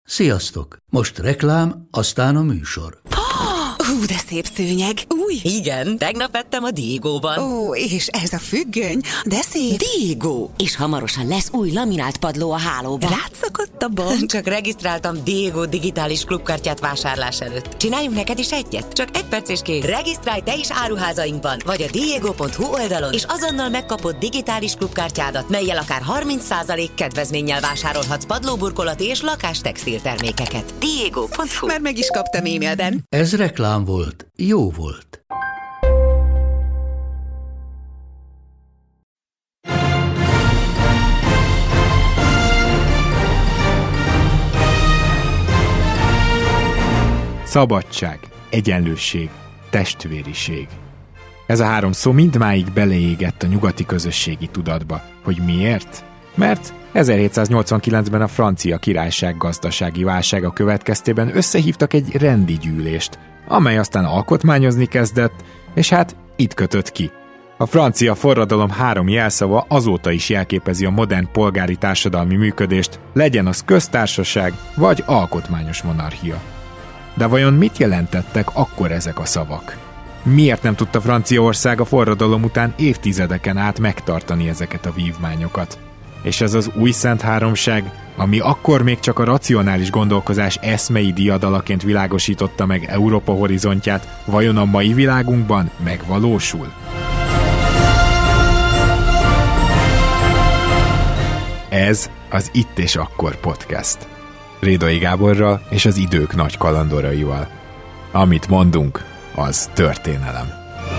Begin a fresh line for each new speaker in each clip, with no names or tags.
Sziasztok! Most reklám, aztán a műsor.
De szép szőnyeg. Új.
Igen, tegnap vettem a Diegóban.
Ó, és ez a függöny, de szép.
Diegó. És hamarosan lesz új laminált padló a hálóban.
Rátszakadt a bank.
Csak regisztráltam Diegó digitális klubkártyát vásárlás előtt. Csináljunk neked is egyet? Csak 1 perc és kész. Regisztrálj te is áruházainkban, vagy a diego.hu oldalon, és azonnal megkapod digitális klubkártyádat, mellyel akár 30% kedvezménnyel vásárolhatsz padlóburkolati és lakástextil termékeket. Diego.hu.
Már meg is kaptam e-mailben.
Ez reklám volt. Jó volt.
Szabadság, egyenlőség, testvériség. Ez a 3 szó mindmáig beleégett a nyugati közösségi tudatba. Hogy miért? Mert 1789-ben a Francia Királyság gazdasági válsága következtében összehívtak egy rendi gyűlést, amely aztán alkotmányozni kezdett, és hát itt kötött ki. A francia forradalom 3 jelszava azóta is jelképezi a modern polgári társadalmi működést, legyen az köztársaság vagy alkotmányos monarchia. De vajon mit jelentettek akkor ezek a szavak? Miért nem tudta Franciaország a forradalom után évtizedeken át megtartani ezeket a vívmányokat? És ez az új szent háromság, ami akkor még csak a racionális gondolkozás eszmei diadalaként világosította meg Európa horizontját, vajon a mai világunkban megvalósul? Ez az Itt és Akkor podcast. Rédai Gáborral és az idők nagy kalandoraival. Amit mondunk, az történelem.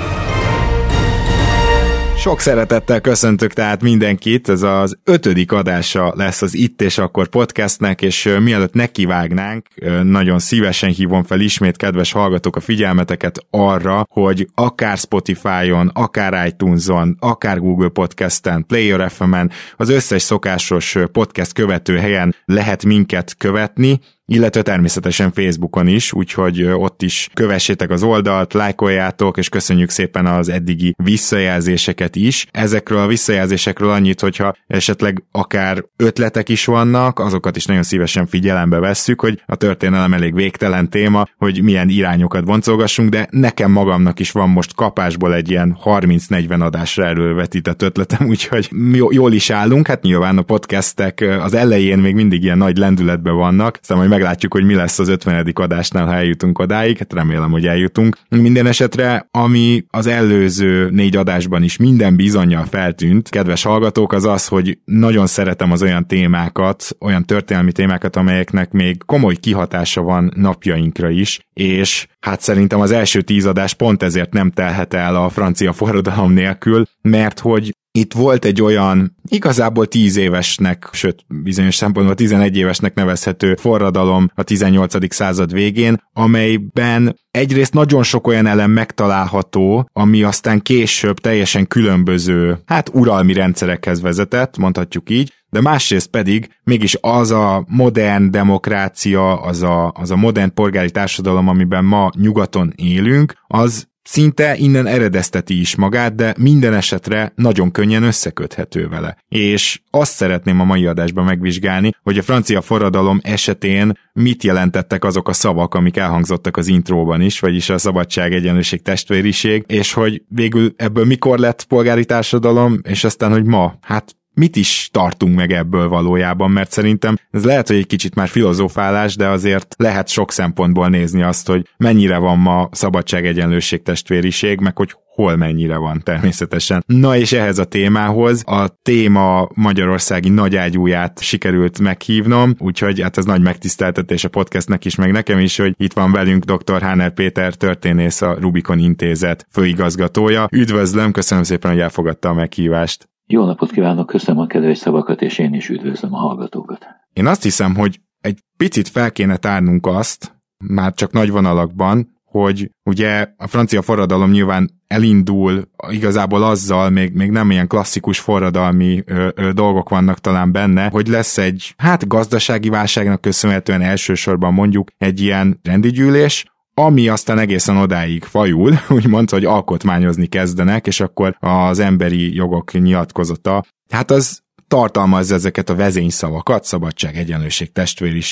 Sok szeretettel köszöntök tehát mindenkit, ez az 5. adása lesz az Itt és Akkor podcastnek, és mielőtt nekivágnánk, nagyon szívesen hívom fel ismét, kedves hallgatók, a figyelmeteket arra, hogy akár Spotify-on, akár iTunes-on, akár Google Podcasten, Player FM-en, az összes szokásos podcast követő helyen lehet minket követni, illetve természetesen Facebookon is, úgyhogy ott is kövessétek az oldalt, lájkoljátok, és köszönjük szépen az eddigi visszajelzéseket is. Ezekről a visszajelzésekről annyit, hogyha esetleg akár ötletek is vannak, azokat is nagyon szívesen figyelembe vesszük, hogy a történelem elég végtelen téma, hogy milyen irányokat boncolgassunk, de nekem magamnak is van most kapásból egy ilyen 30-40 adásra elővetített ötletem, úgyhogy jól is állunk. Hát nyilván a podcastek az elején még mindig ilyen nagy lendületben vannak, aztán majd meglátjuk, hogy mi lesz az 50. adásnál, ha eljutunk odáig, hát remélem, hogy eljutunk. Minden esetre, ami az előző 4 adásban is minden bizonnyal feltűnt, kedves hallgatók, az az, hogy nagyon szeretem az olyan témákat, olyan történelmi témákat, amelyeknek még komoly kihatása van napjainkra is, és hát szerintem az első 10 adás pont ezért nem telhet el a francia forradalom nélkül, mert hogy itt volt egy olyan igazából 10 évesnek, sőt bizonyos szempontból 11 évesnek nevezhető forradalom a 18. század végén, amelyben egyrészt nagyon sok olyan elem megtalálható, ami aztán később teljesen különböző, uralmi rendszerekhez vezetett, mondhatjuk így, de másrészt pedig mégis az a modern demokrácia, az a modern polgári társadalom, amiben ma nyugaton élünk, az szinte innen eredezteti is magát, de minden esetre nagyon könnyen összeköthető vele. És azt szeretném a mai adásban megvizsgálni, hogy a francia forradalom esetén mit jelentettek azok a szavak, amik elhangzottak az intróban is, vagyis a szabadság, egyenlőség, testvériség, és hogy végül ebből mikor lett polgári társadalom, és aztán, hogy ma, mit is tartunk meg ebből valójában, mert szerintem ez lehet, hogy egy kicsit már filozófálás, de azért lehet sok szempontból nézni azt, hogy mennyire van ma szabadság, egyenlőség, testvériség, meg hogy hol mennyire van természetesen. Na és ehhez a témához a téma magyarországi nagyágyúját sikerült meghívnom, úgyhogy ez nagy megtiszteltetés a podcastnek is, meg nekem is, hogy itt van velünk dr. Háner Péter, történész, a Rubikon Intézet főigazgatója. Üdvözlöm, köszönöm szépen, hogy elfogadta a meghívást.
Jó napot kívánok, köszönöm a kedves szavakat, és én is üdvözlöm a hallgatókat.
Én azt hiszem, hogy egy picit fel kéne tárnunk azt, már csak nagy vonalakban, hogy ugye a francia forradalom nyilván elindul igazából azzal, még nem ilyen klasszikus forradalmi dolgok vannak talán benne, hogy lesz egy gazdasági válságnak köszönhetően elsősorban mondjuk egy ilyen rendi gyűlés, ami aztán egészen odáig fajul, úgymond, hogy alkotmányozni kezdenek, és akkor az emberi jogok nyilatkozata, az tartalmazza ezeket a vezényszavakat, szabadság, egyenlőség, testvériség,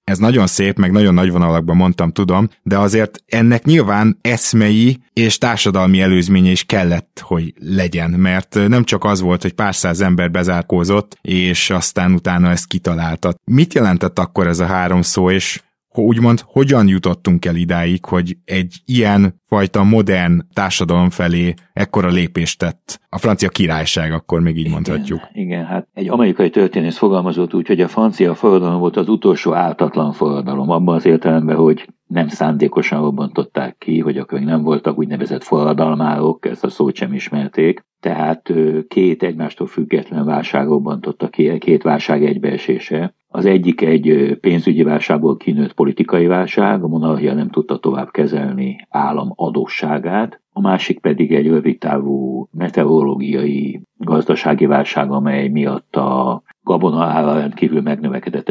Ez nagyon szép, meg nagyon nagy vonalakban mondtam, tudom, de azért ennek nyilván eszmei és társadalmi előzménye is kellett, hogy legyen, mert nem csak az volt, hogy pár száz ember bezárkózott, és aztán utána ezt kitalálta. Mit jelentett akkor ez a 3 szó, és úgymond hogyan jutottunk el idáig, hogy egy ilyen fajta modern társadalom felé ekkora lépést tett a francia királyság, akkor még így mondhatjuk.
Igen, hát egy amerikai történész fogalmazott úgy, hogy a francia forradalom volt az utolsó ártatlan forradalom, abban az értelemben, hogy nem szándékosan robbantották ki, hogy akkor nem voltak úgynevezett forradalmárok, ezt a szót sem ismerték, tehát 2 egymástól független válság robbantotta ki, 2 válság egybeesése. Az egyik egy pénzügyi válságból kinőtt politikai válság, a monarchia nem tudta tovább kezelni állam adósságát, a másik pedig egy rövidtávú meteorológiai gazdasági válság, amely miatt a gabona ára rendkívül megnövekedett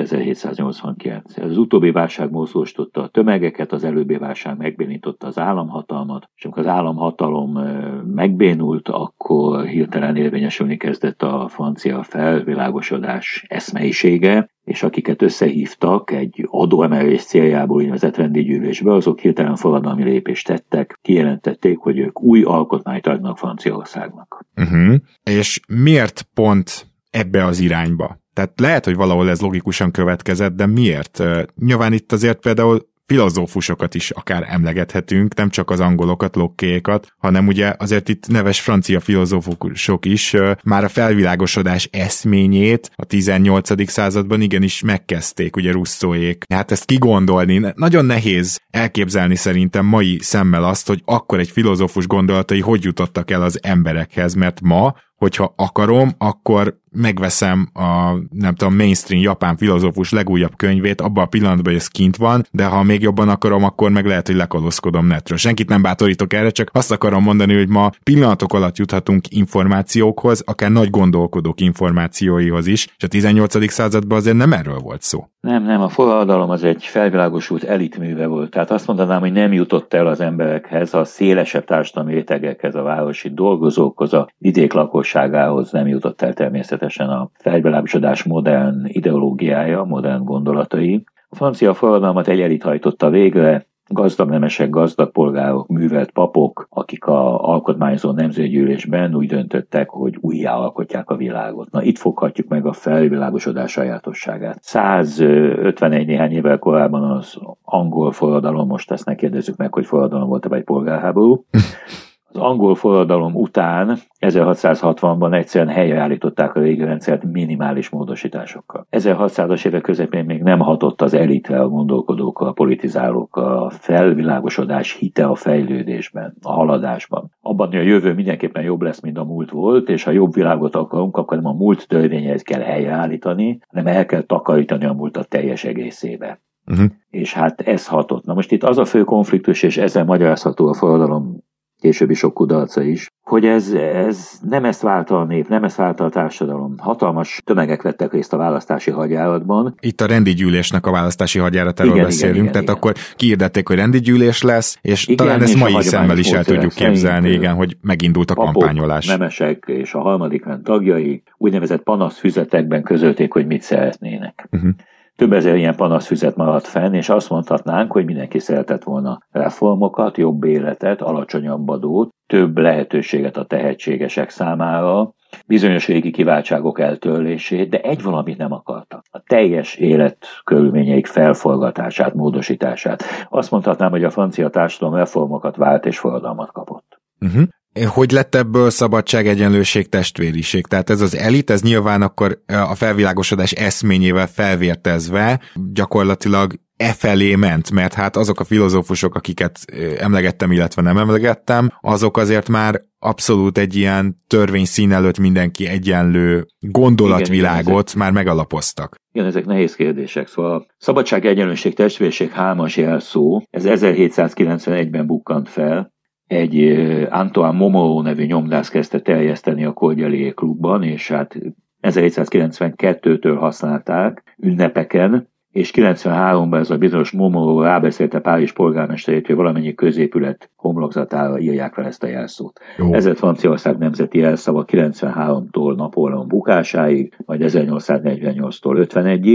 1789. Az utóbbi válság mozgósította a tömegeket, az előbbi válság megbénította az államhatalmat, és amikor az államhatalom megbénult, akkor hirtelen érvényesülni kezdett a francia felvilágosodás eszmeisége, és akiket összehívtak egy adóemelés céljából úgynevezett rendgyűlésbe, azok hirtelen forradalmi lépést tettek, kijelentették, hogy ők új alkotmányt adnak Franciaországnak.
És miért pont ebbe az irányba? Tehát lehet, hogy valahol ez logikusan következett, de miért? Nyilván itt azért például filozófusokat is akár emlegethetünk, nem csak az angolokat, Lockéékat, hanem ugye azért itt neves francia filozófusok is már a felvilágosodás eszményét a 18. században igenis megkezdték, ugye Rousseauék. Hát ezt kigondolni, nagyon nehéz elképzelni szerintem mai szemmel azt, hogy akkor egy filozófus gondolatai hogy jutottak el az emberekhez, mert ma, hogyha akarom, akkor megveszem a, nem tudom, mainstream japán filozófus legújabb könyvét, abban a pillanatban, hogy ez kint van, de ha még jobban akarom, akkor meg lehet, hogy lekalózkodom netről. Senkit nem bátorítok erre, csak azt akarom mondani, hogy ma pillanatok alatt juthatunk információkhoz, akár nagy gondolkodók információihoz is, és a 18. században azért nem erről volt szó.
Nem, a forradalom az egy felvilágosult elitműve volt. Tehát azt mondanám, hogy nem jutott el az emberekhez, a szélesebb társadalmi rétegekhez, a városi dolgozókhoz, a vidék lakosságához nem jutott el természetesen a felvilágosodás modern ideológiája, modern gondolatai. A francia forradalmat egy elit hajtotta végre, gazdag nemesek, gazdag polgárok, művelt papok, akik a alkotmányozó nemzetgyűlésben úgy döntöttek, hogy újjáalkotják a világot. Na, itt foghatjuk meg a felvilágosodás sajátosságát. 151 néhány évvel korábban az angol forradalom, most ezt ne kérdezzük meg, hogy forradalom volt-e vagy polgárháború. Az angol forradalom után 1660-ban egyszerűen helyreállították a régi rendszert minimális módosításokkal. 1600-as évek közepén még nem hatott az elitre, a gondolkodókra, a politizálókra a felvilágosodás hite a fejlődésben, a haladásban. Abban, hogy a jövő mindenképpen jobb lesz, mint a múlt volt, és ha jobb világot akarunk, akkor nem a múlt törvényeit kell helyreállítani, hanem el kell takarítani a múltat teljes egészébe. És hát ez hatott. Na most itt az a fő konfliktus, és ezzel magyarázható a forradalom későbbi sok kudarca is, hogy ez nem ezt várta a nép, nem ezt várta a társadalom. Hatalmas tömegek vettek részt a választási hadjáratban.
Itt a rendi gyűlésnek a választási hadjáratáról beszélünk, igen, tehát akkor kiirdették, hogy rendi gyűlés lesz, és igen, talán ezt mai szemmel is el tudjuk képzelni, igen, hogy megindult a kampányolás. Nemesek
és a harmadik rend tagjai úgynevezett panaszfüzetekben közölték, hogy mit szeretnének. Több ezer ilyen panaszfüzet maradt fenn, és azt mondhatnánk, hogy mindenki szeretett volna reformokat, jobb életet, alacsonyabb adót, több lehetőséget a tehetségesek számára, bizonyos régi kiváltságok eltörlését, de egy valamit nem akartak. A teljes életkörülményeik felforgatását, módosítását. Azt mondhatnám, hogy a francia társadalom reformokat vált és forradalmat kapott.
Hogy lett ebből szabadság, egyenlőség, testvériség? Tehát ez az elit, ez nyilván akkor a felvilágosodás eszményével felvértezve gyakorlatilag felé ment, mert hát azok a filozófusok, akiket emlegettem, illetve nem emlegettem, azok azért már abszolút egy ilyen törvényszín előtt mindenki egyenlő gondolatvilágot igen, már megalapoztak.
Igen, ezek nehéz kérdések. Szóval szabadság, egyenlőség, testvériség 3-as jelszó, ez 1791-ben bukkant fel, egy Antoine Momoro nevű nyomdász kezdte terjeszteni a Cordelier klubban, és hát 1792-től használták ünnepeken, és 93-ban ez a bizonyos Momoro rábeszélte Párizs polgármesterét, hogy valamennyi középület homlokzatára írják fel ezt a jelszót. Ez lett Franciaország nemzeti jelszava 93-tól Napóleon bukásáig, majd 1848-tól 51-ig, a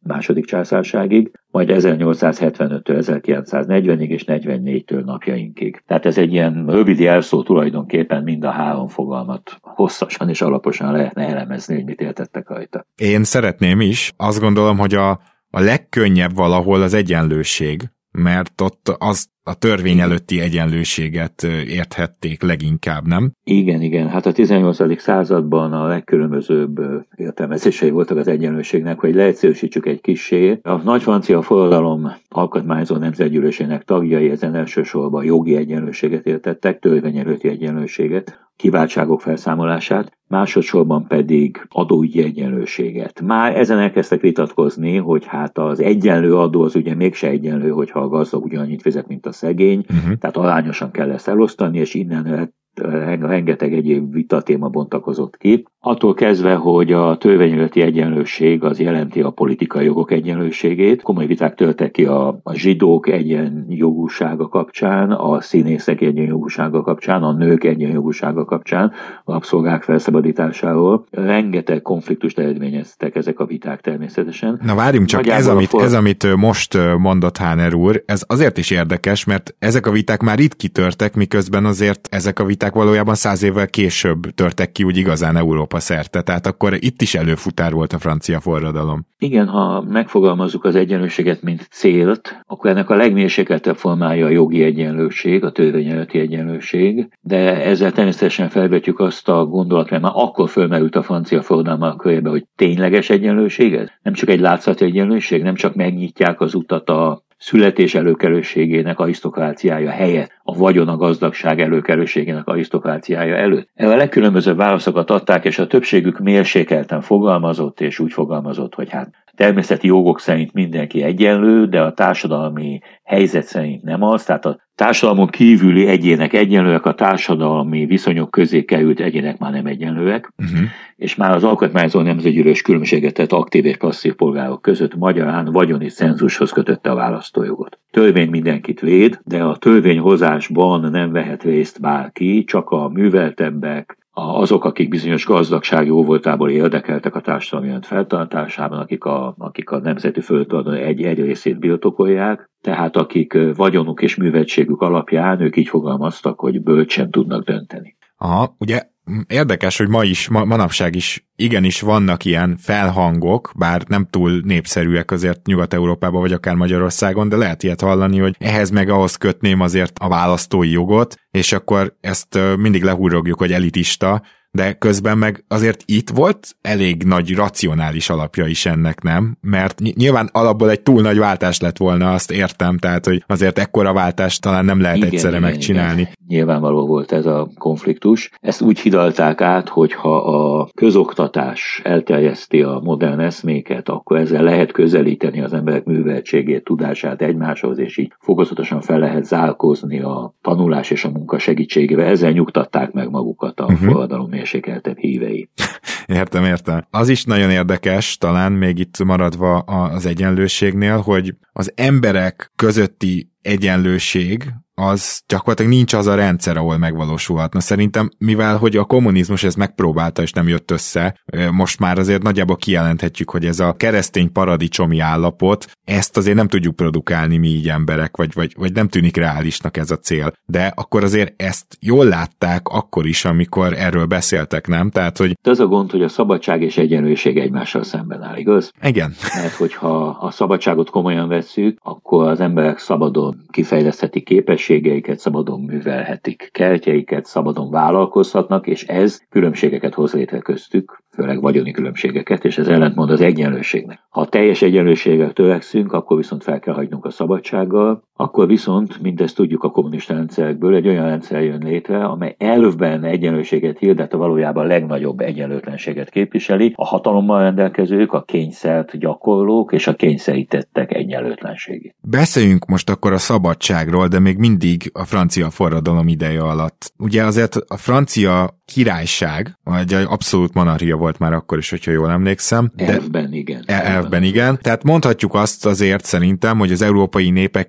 második császárságig, majd 1875-től 1940-ig és 44-től napjainkig. Tehát ez egy ilyen rövid jelszó, tulajdonképpen mind a három fogalmat hosszasan és alaposan lehetne elemezni, hogy mit értettek rajta.
Én szeretném is. Azt gondolom, hogy a legkönnyebb valahol az egyenlőség, mert ott a törvény előtti egyenlőséget érthették leginkább, nem?
Igen. Hát a 18. században a legkülönbözőbb értelmezései voltak az egyenlőségnek, hogy leegyszerűsítsük egy kissé. A nagy francia forradalom alkotmányozó nemzetgyűlésének tagjai ezen elsősorban jogi egyenlőséget értettek, törvény előtti egyenlőséget, kiváltságok felszámolását, másodszorban pedig adóügyi egyenlőséget. Már ezen elkezdtek vitatkozni, hogy hát az egyenlő adó az ugye mégse egyenlő, hogyha a gazdag ugyanannyit fizet, mint a szegény, tehát arányosan kell ezt elosztani, és innen rengeteg egyéb vitatéma bontakozott ki. Attól kezdve, hogy a törvény előtti egyenlőség az jelenti a politikai jogok egyenlőségét. Komoly viták törtek ki a zsidók egyenjogúsága kapcsán, a színészek egyenjogúsága kapcsán, a nők egyenjogúsága kapcsán, a rabszolgák felszabadításáról. Rengeteg konfliktust eredményeztek ezek a viták természetesen.
Na várjunk csak, ez, amit most mondott Háner úr, ez azért is érdekes, mert ezek a viták már itt kitörtek, miközben azért ezek a viták valójában 100 évvel később törtek ki úgy igazán Európa szerte, tehát akkor itt is előfutár volt a francia forradalom.
Igen, ha megfogalmazzuk az egyenlőséget, mint célt, akkor ennek a legmérsékeltebb formája a jogi egyenlőség, a törvény előtti egyenlőség, de ezzel természetesen felvetjük azt a gondolatot, mert már akkor fölmerült a francia forradalmak körébe, hogy tényleges egyenlőség ez? Nem csak egy látszati egyenlőség, nem csak megnyitják az utat a születés előkelőségének arisztokráciája helyett, a vagyon, a gazdagság előkelőségének arisztokráciája előtt. Erre a legkülönbözőbb válaszokat adták, és a többségük mérsékelten fogalmazott, és úgy fogalmazott, hogy hát természeti jogok szerint mindenki egyenlő, de a társadalmi helyzet szerint nem az, tehát a társadalmon kívüli egyének egyenlőek, a társadalmi viszonyok közé került egyének már nem egyenlőek, és már az alkotmányozó nemzetgyűlés különbséget tett aktív és passzív polgárok között, magyarán vagyoni cenzushoz kötötte a választójogot. Törvény mindenkit véd, de a törvényhozásban nem vehet részt bárki, csak a műveltebbek, azok, akik bizonyos gazdagság jóvoltából érdekeltek a társadalmi rend feltartásában, akik a nemzeti földtulajdon egy részét birtokolják, tehát akik vagyonuk és műveltségük alapján ők így fogalmaztak, hogy bölcsen tudnak dönteni.
Aha, ugye érdekes, hogy manapság is igenis vannak ilyen felhangok, bár nem túl népszerűek azért Nyugat-Európában, vagy akár Magyarországon, de lehet ilyet hallani, hogy ehhez meg ahhoz kötném azért a választói jogot, és akkor ezt mindig lehúrogjuk, hogy elitista, de közben meg azért itt volt elég nagy racionális alapja is ennek, nem? Mert nyilván alapból egy túl nagy váltás lett volna, azt értem, tehát hogy azért ekkora váltást talán nem lehet egyszerre megcsinálni.
Igen. Nyilvánvaló volt ez a konfliktus. Ezt úgy hidalták át, hogy ha a közoktatás elterjeszti a modern eszméket, akkor ezzel lehet közelíteni az emberek műveltségét, tudását egymáshoz, és így fokozatosan fel lehet zárkózni a tanulás és a munka segítségével. Ezzel nyugtatták meg magukat a forradalom mérsékeltebb hívei.
Értem. Az is nagyon érdekes, talán még itt maradva az egyenlőségnél, hogy az emberek közötti egyenlőség az gyakorlatilag nincs az a rendszer, ahol megvalósulhatna. Szerintem, mivel hogy a kommunizmus ezt megpróbálta és nem jött össze, most már azért nagyjából kijelenthetjük, hogy ez a keresztény paradicsomi állapot, ezt azért nem tudjuk produkálni mi így emberek, vagy nem tűnik reálisnak ez a cél. De akkor azért ezt jól látták akkor is, amikor erről beszéltek, nem? Tehát, hogy...
De az a gond, hogy a szabadság és egyenlőség egymással szemben áll, igaz?
Igen.
Mert hogyha a szabadságot komolyan vesszük, akkor az emberek szabadon kifejleszthetik képességeiket, szabadon művelhetik kertjeiket, szabadon vállalkozhatnak, és ez különbségeket hoz létre köztük, főleg vagyoni különbségeket, és ez ellentmond az egyenlőségnek. Ha teljes egyenlőséggel törekszünk, akkor viszont fel kell hagynunk a szabadsággal, akkor viszont, mindezt tudjuk a kommunista rendszerekből, egy olyan rendszer jön létre, amely elvben egyenlőséget hirdet, de valójában a legnagyobb egyenlőtlenséget képviseli, a hatalommal rendelkezők, a kényszert gyakorlók és a kényszerítettek egyenlőtlenségét.
Beszéljünk most akkor a szabadságról, de még mindig a francia forradalom ideje alatt. Ugye azért a francia királyság, vagy abszolút monarchia volt már akkor is, hogyha jól emlékszem.
Elvben igen.
Elvben igen. Tehát mondhatjuk azt azért szerintem, hogy az európai népek között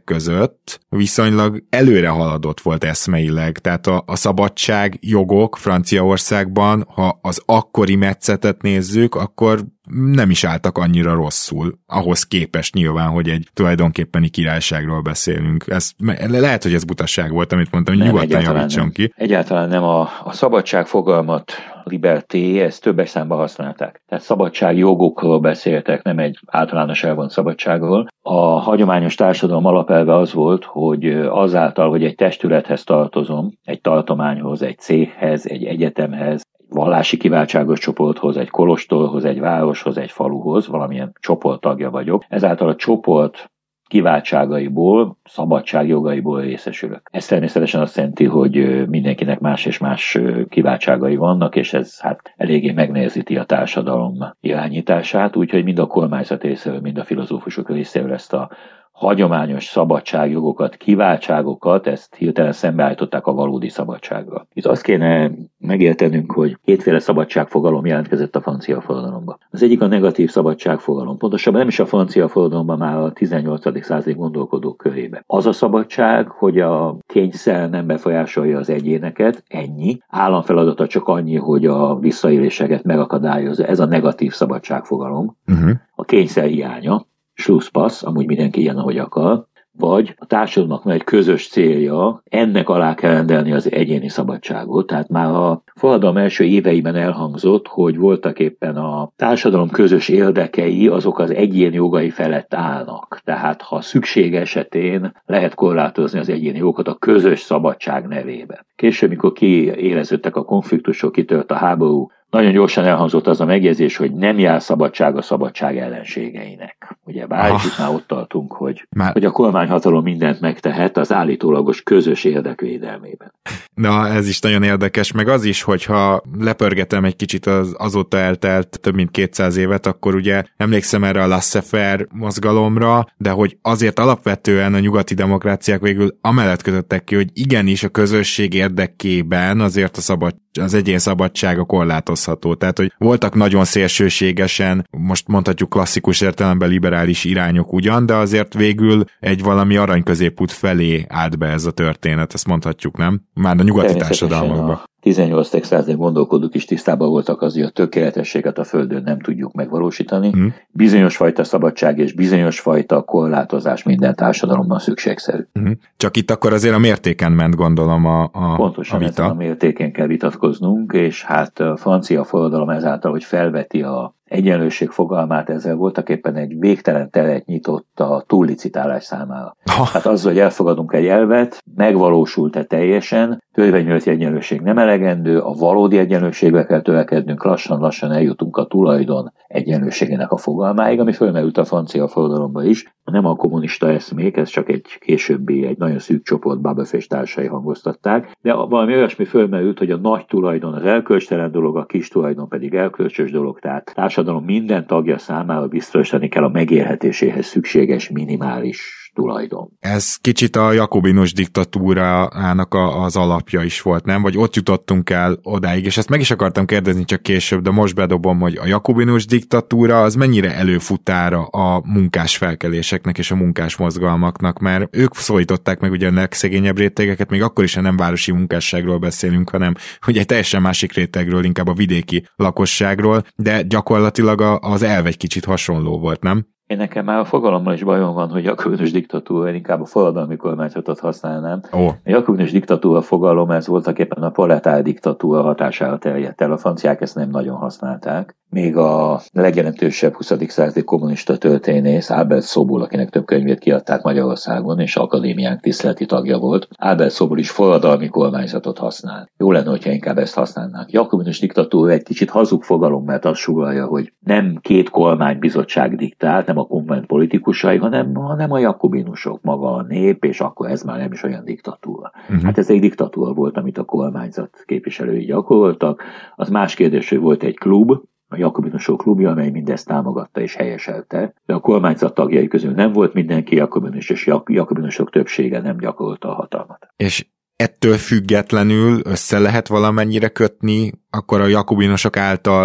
előtt viszonylag előre haladott volt eszmeileg, tehát a szabadságjogok Franciaországban, ha az akkori metszetet nézzük, akkor nem is álltak annyira rosszul, ahhoz képest nyilván, hogy egy tulajdonképpeni királyságról beszélünk. Lehet, hogy ez butasság volt, amit mondtam, hogy nyugodtan javítson ki.
Egyáltalán nem. A szabadság fogalmat, liberté, ezt többes számban használták. Tehát szabadságjogokról beszéltek, nem egy általános elvont szabadságról. A hagyományos társadalom alapelve az volt, hogy azáltal, hogy egy testülethez tartozom, egy tartományhoz, egy céghez, egy egyetemhez, vallási kiváltságos csoporthoz, egy kolostorhoz, egy városhoz, egy faluhoz, valamilyen csoport tagja vagyok. Ezáltal a csoport kiváltságaiból, szabadságjogaiból részesülök. Ez természetesen azt jelenti, hogy mindenkinek más és más kiváltságai vannak, és ez eléggé megnehezíti a társadalom irányítását, úgyhogy mind a kormányzat részéről, mind a filozófusok részéről ezt a hagyományos szabadságjogokat, kiváltságokat, ezt hirtelen szembeállították a valódi szabadságra. Itt azt kéne megértenünk, hogy kétféle szabadságfogalom jelentkezett a francia forradalomban. Az egyik a negatív szabadságfogalom, pontosabban nem is a francia forradalomban, már a 18. századi gondolkodók körében. Az a szabadság, hogy a kényszer nem befolyásolja az egyéneket, ennyi. Államfeladata csak annyi, hogy a visszaéléseket megakadályozza. Ez a negatív szabadságfogalom. A kényszer hiánya. Schlusspassz, amúgy mindenki ilyen, ahogy akar, vagy a társadalomnak egy közös célja, ennek alá kell rendelni az egyéni szabadságot. Tehát már a forradalom első éveiben elhangzott, hogy voltak éppen a társadalom közös érdekei, azok az egyéni jogai felett állnak. Tehát ha szükség esetén lehet korlátozni az egyéni jogokat a közös szabadság nevében. Később, mikor kiéleződtek a konfliktusok, kitört a háború, nagyon gyorsan elhangzott az a megjegyzés, hogy nem jár szabadság a szabadság ellenségeinek. Ugye bárcsit már ott tartunk, hogy a kormányhatalom mindent megtehet az állítólagos közös érdekvédelmében.
Na, ez is nagyon érdekes, meg az is, hogyha lepörgetem egy kicsit azóta eltelt több mint 200 évet, akkor ugye emlékszem erre a laissez-faire mozgalomra, de hogy azért alapvetően a nyugati demokráciák végül amellett kötöttek ki, hogy igenis a közösség érdekében azért az egyén szabadsága korlátozható. Tehát, hogy voltak nagyon szélsőségesen, most mondhatjuk klasszikus értelemben liberális irányok ugyan, de azért végül egy valami aranyközépút felé állt be ez a történet, ezt mondhatjuk, nem? Már a nyugati társadalmakban.
18. századi gondolkodók is tisztában voltak az, hogy a tökéletességet a Földön nem tudjuk megvalósítani. Bizonyos fajta szabadság és bizonyos fajta korlátozás minden társadalomban szükségszerű.
Csak itt akkor azért a mértéken ment, gondolom, a
pontosan
vita.
Pontosan a mértéken kell vitatkoznunk, és a francia forradalom ezáltal, hogy felveti a egyenlőség fogalmát, ezzel voltak éppen egy végtelen teret nyitott a túllicitálás számára. Hát azzal, hogy elfogadunk egy elvet, megvalósult-e teljesen, törvényelőtti egyenlőség nem elegendő, a valódi egyenlőségbe kell törekednünk, lassan-lassan eljutunk a tulajdon egyenlőségének a fogalmáig, ami fölmerült a francia forradalomba is. Nem a kommunista eszmék, ez csak egy későbbi, egy nagyon szűk csoport, Babeuf és társai hangoztatták, de valami olyasmi fölmerült, hogy a nagy tulajdon az erkölcstelen dolog, a kis tulajdon pedig erkölcsös dolog, tehát társadalom minden tagja számára biztosítani kell a megélhetéséhez szükséges minimális tulajdon.
Ez kicsit a jakobinus diktatúrának az alapja is volt, nem? Vagy ott jutottunk el odáig, és ezt meg is akartam kérdezni csak később, de most bedobom, hogy a jakobinus diktatúra az mennyire előfutára a munkás felkeléseknek és a munkás mozgalmaknak, mert ők szólították meg ugye a legszegényebb rétegeket, még akkor is, ha nem városi munkásságról beszélünk, hanem hogy egy teljesen másik rétegről, inkább a vidéki lakosságról, de gyakorlatilag az elv egy kicsit hasonló volt, nem?
Én nekem már a fogalommal is bajom van, hogy jakobinus diktatúra, én inkább a forradalmi kormányzatot használnám. A jakobinus diktatúra fogalom, ez voltaképpen a proletár diktatúra hatására terjedt el. A franciák ezt nem nagyon használták. Még a legjelentősebb 20. századi kommunista történész, Albert Sobol, akinek több könyvét kiadták Magyarországon, és akadémiánk tiszteleti tagja volt, Albert Sobol is forradalmi kormányzatot használ. Jó lenne, hogyha inkább ezt használnák. Jakobinus diktatúra egy kicsit hazug fogalom, mert azt sugallja, hogy nem két kormánybizottság diktált, nem a konvent politikusai, hanem a jakobinusok, maga a nép, és akkor ez már nem is olyan diktatúra. Hát ez egy diktatúra volt, amit a kormányzat képviselői gyakoroltak. Az más kérdés, hogy volt egy klub, a jakobinusok klubja, amely mindezt támogatta és helyeselte, de a kormányzat tagjai közül nem volt mindenki jakobinus, és jakobinusok többsége nem gyakorolta a hatalmat.
És ettől függetlenül össze lehet valamennyire kötni akkor a jakobinusok által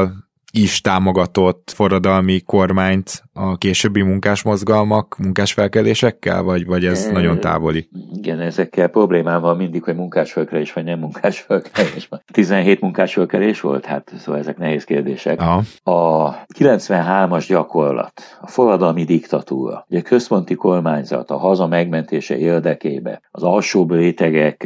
is támogatott forradalmi kormányt a későbbi munkásmozgalmak, munkásfelkelésekkel, vagy ez nagyon távoli?
Igen, ezekkel problémám van mindig, hogy munkásfelkelés vagy nem munkásfelkelés. 17 munkásfelkelés volt, hát szóval ezek nehéz kérdések.
Aha.
A 93-as gyakorlat, a forradalmi diktatúra, ugye a központi kormányzat a haza megmentése érdekébe, az alsóbb rétegek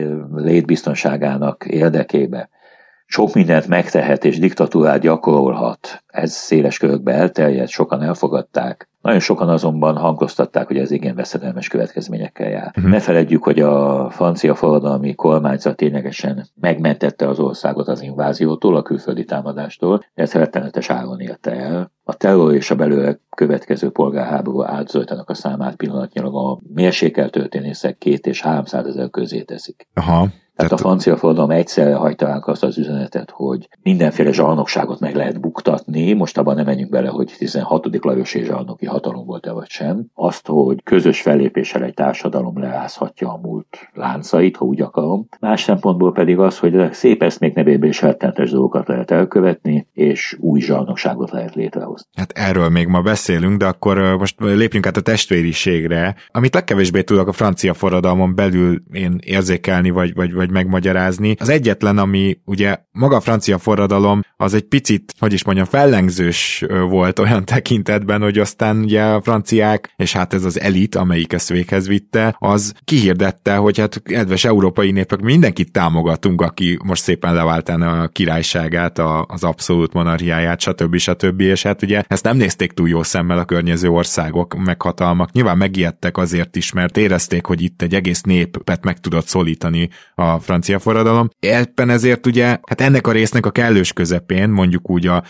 létbiztonságának érdekébe sok mindent megtehet és diktatúrát gyakorolhat. Ez széles körökbe elterjedt, sokan elfogadták. Nagyon sokan azonban hangoztatták, hogy ez igen veszedelmes következményekkel jár. Ne feledjük, hogy a francia forradalmi kormányzat ténylegesen megmentette az országot az inváziótól, a külföldi támadástól, de ez rettenetes áron érte el. A terror és a belőle következő polgárháború áldozatainak a számát pillanatnyilag a mérsékelt történészek 200 és 300 ezer közé teszik.
Aha.
Tehát a francia forradalom egyszerre hagyta ránk azt az üzenetet, hogy mindenféle zsarnokságot meg lehet buktatni, most abban nem menjünk bele, hogy 16. Lajosi zsarnoki hatalom volt-e vagy sem. Azt, hogy közös fellépéssel egy társadalom leázhatja a múlt láncait, ha úgy akarom. Más szempontból pedig az, hogy szép eszmék nevében is rettenetes dolgokat lehet elkövetni, és új zsarnokságot lehet létrehozni.
Hát erről még ma beszélünk, de akkor most lépjünk át a testvériségre, amit legkevésbé tudok a francia forradalmon belül én érzékelni, vagy megmagyarázni. Az egyetlen, ami ugye maga a francia forradalom, az egy picit, hogy is mondjam, fellengzős volt olyan tekintetben, hogy aztán ugye a franciák, és hát ez az elit, amelyik ezt véghez vitte, az kihirdette, hogy hát kedves európai népek, mindenkit támogatunk, aki most szépen leváltaná a királyságát, az abszolút monarchiáját, stb. És hát ugye ezt nem nézték túl jó szemmel a környező országok, meghatalmak. Nyilván megijedtek azért is, mert érezték, hogy itt egy egész népet meg tudott szólítani a francia forradalom. Éppen ezért ugye, hát ennek a résznek a kellős közepén, mondjuk úgy a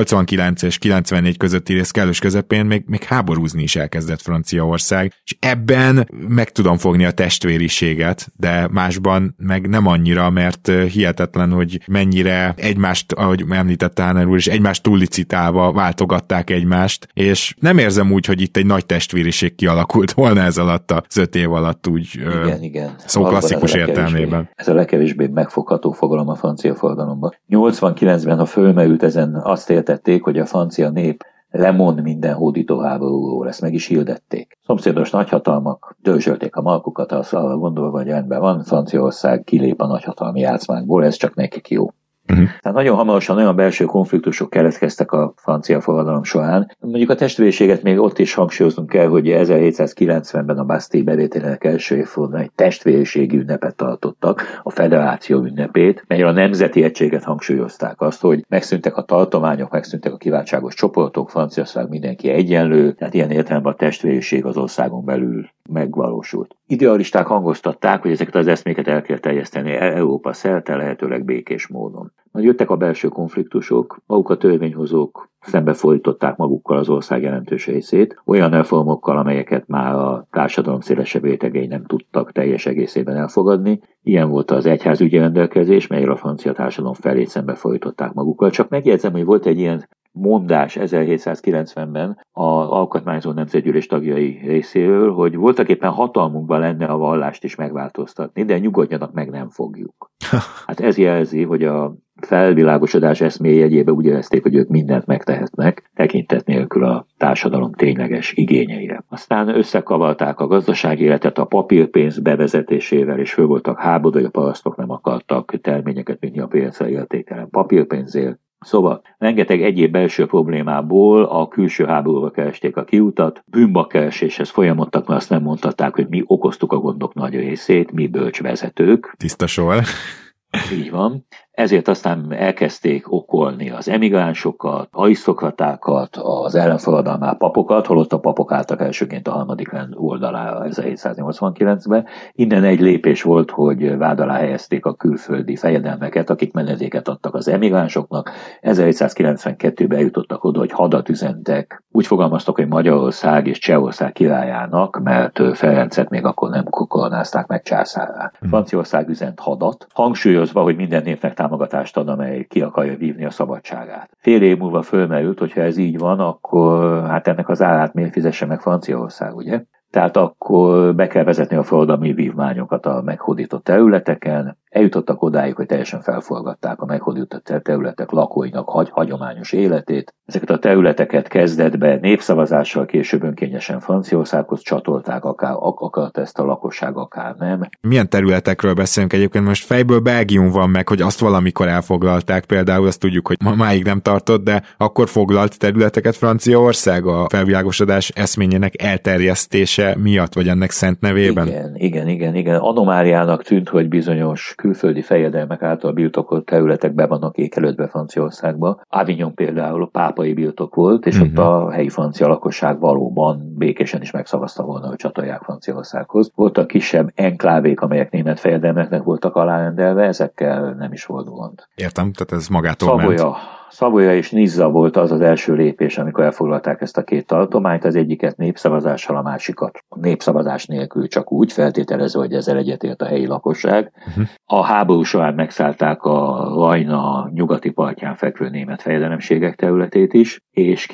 89 és 94 közötti rész kellős közepén még háborúzni is elkezdett Franciaország, és ebben meg tudom fogni a testvériséget, de másban meg nem annyira, mert hihetetlen, hogy mennyire egymást, ahogy említette Háner úr is, egymást túllicitálva váltogatták egymást, és nem érzem úgy, hogy itt egy nagy testvériség kialakult volna ez alatt az 5 év alatt úgy
igen.
szó klasszikus értelmében.
Ez a legkevésbé megfogható fogalom a francia forradalomban. 89-ben, ha fölmerült ezen, azt értették, hogy a francia nép lemond minden hódító háborúról, ezt meg is hirdették. Szomszédos nagyhatalmak dörzsölték a markukat, arra gondolva, hogy rendben van, Franciaország kilép a nagyhatalmi játszmákból, ez csak nekik jó. Tehát nagyon hamarosan olyan belső konfliktusok keletkeztek a francia forradalom során. Mondjuk a testvériséget még ott is hangsúlyoznunk kell, hogy 1790-ben a Bastille bevételének első évfordulón egy testvériségi ünnepet tartottak, a federáció ünnepét, melyről a nemzeti egységet hangsúlyozták, azt, hogy megszűntek a tartományok, megszűntek a kiváltságos csoportok, Franciaország mindenki egyenlő, tehát ilyen értelemben a testvériség az országon belül megvalósult. Idealisták hangoztatták, hogy ezeket az eszméket el kell terjeszteni Európa szerte lehetőleg békés módon. Majd jöttek a belső konfliktusok, maguk a törvényhozók szembefordították magukkal az ország jelentős részét, olyan reformokkal, amelyeket már a társadalom szélesebb rétegei nem tudtak teljes egészében elfogadni. Ilyen volt az egyházügyi rendelkezés, melyről a francia társadalom felét szembefordították magukkal. Csak megjegyzem, hogy volt egy ilyen mondás 1790-ben az alkotmányozó nemzetgyűlés tagjai részéről, hogy voltaképpen hatalmunkban lenne a vallást is megváltoztatni, de nyugodjanak meg, nem fogjuk. Hát ez jelzi, hogy a felvilágosodás eszmély jegyében úgy érezték, hogy ők mindent megtehetnek, tekintet nélkül a társadalom tényleges igényeire. Aztán összekavarták a gazdasági életet a papírpénz bevezetésével, és föl voltak háború, hogy a parasztok nem akartak terményeket vinni a piacra értéktelen papírpénzért. Szóval rengeteg egyéb belső problémából a külső háborúba keresték a kiutat, bűnbakkereséshez folyamodtak, mert azt nem mondhatták, hogy mi okoztuk a gondok nagy részét, mi bölcs vezetők.
Tiszta sor.
Így van. Ezért aztán elkezdték okolni az emigránsokat, arisztokratákat, az ellenforradalmá papokat, holott a papok álltak elsőként a harmadik rend oldalára 1789-ben. Innen egy lépés volt, hogy vád alá helyezték a külföldi fejedelmeket, akik menedéket adtak az emigránsoknak. 1792-ben eljutottak oda, hogy hadat üzentek. Úgy fogalmaztak, hogy Magyarország és Csehország királyának, mert Ferencet még akkor nem koronázták meg császárrá. Franciaország üzent hadat, hangsúlyozva, hogy minden népnek támogatást ad, amely ki akarja vívni a szabadságát. Fél év múlva fölmerült, hogyha ez így van, akkor hát ennek az árát miért fizesse meg Franciaország, ugye? Tehát akkor be kell vezetni a forradalmi vívmányokat a meghódított területeken. eljutottak odáig, hogy teljesen felforgatták a meghódított területek lakóinak hagyományos életét. Ezeket a területeket kezdetben népszavazással, később önkényesen Franciaországhoz csatolták, akár akart ezt a lakosság, akár nem.
Milyen területekről beszélünk egyébként? Most fejből Belgium van meg, hogy azt valamikor elfoglalták, például azt tudjuk, hogy ma máig nem tartott, de akkor foglalt területeket Franciaország a felvilágosodás eszményének elterjesztése miatt, vagy ennek szent nevében?
Igen. Anomáliának tűnt, hogy bizonyos külföldi fejedelmek által birtokolt területek be vannak ékelődve Franciaországba. Avignon például pápai birtok volt, és ott a helyi francia lakosság valóban békésen is megszavazta volna, hogy csatolják Franciaországhoz. Voltak kisebb enklávék, amelyek német fejedelmeknek voltak alárendelve, ezekkel nem is volt gond.
Értem, tehát ez magától ment.
Savoya és Nizza volt az első lépés, amikor elfoglalták ezt a két tartományt, az egyiket népszavazással, a másikat népszavazás nélkül, csak úgy feltételezve, hogy ezzel egyetért a helyi lakosság. A háború során megszállták a Rajna nyugati partján fekvő német fejedelemségek területét is, és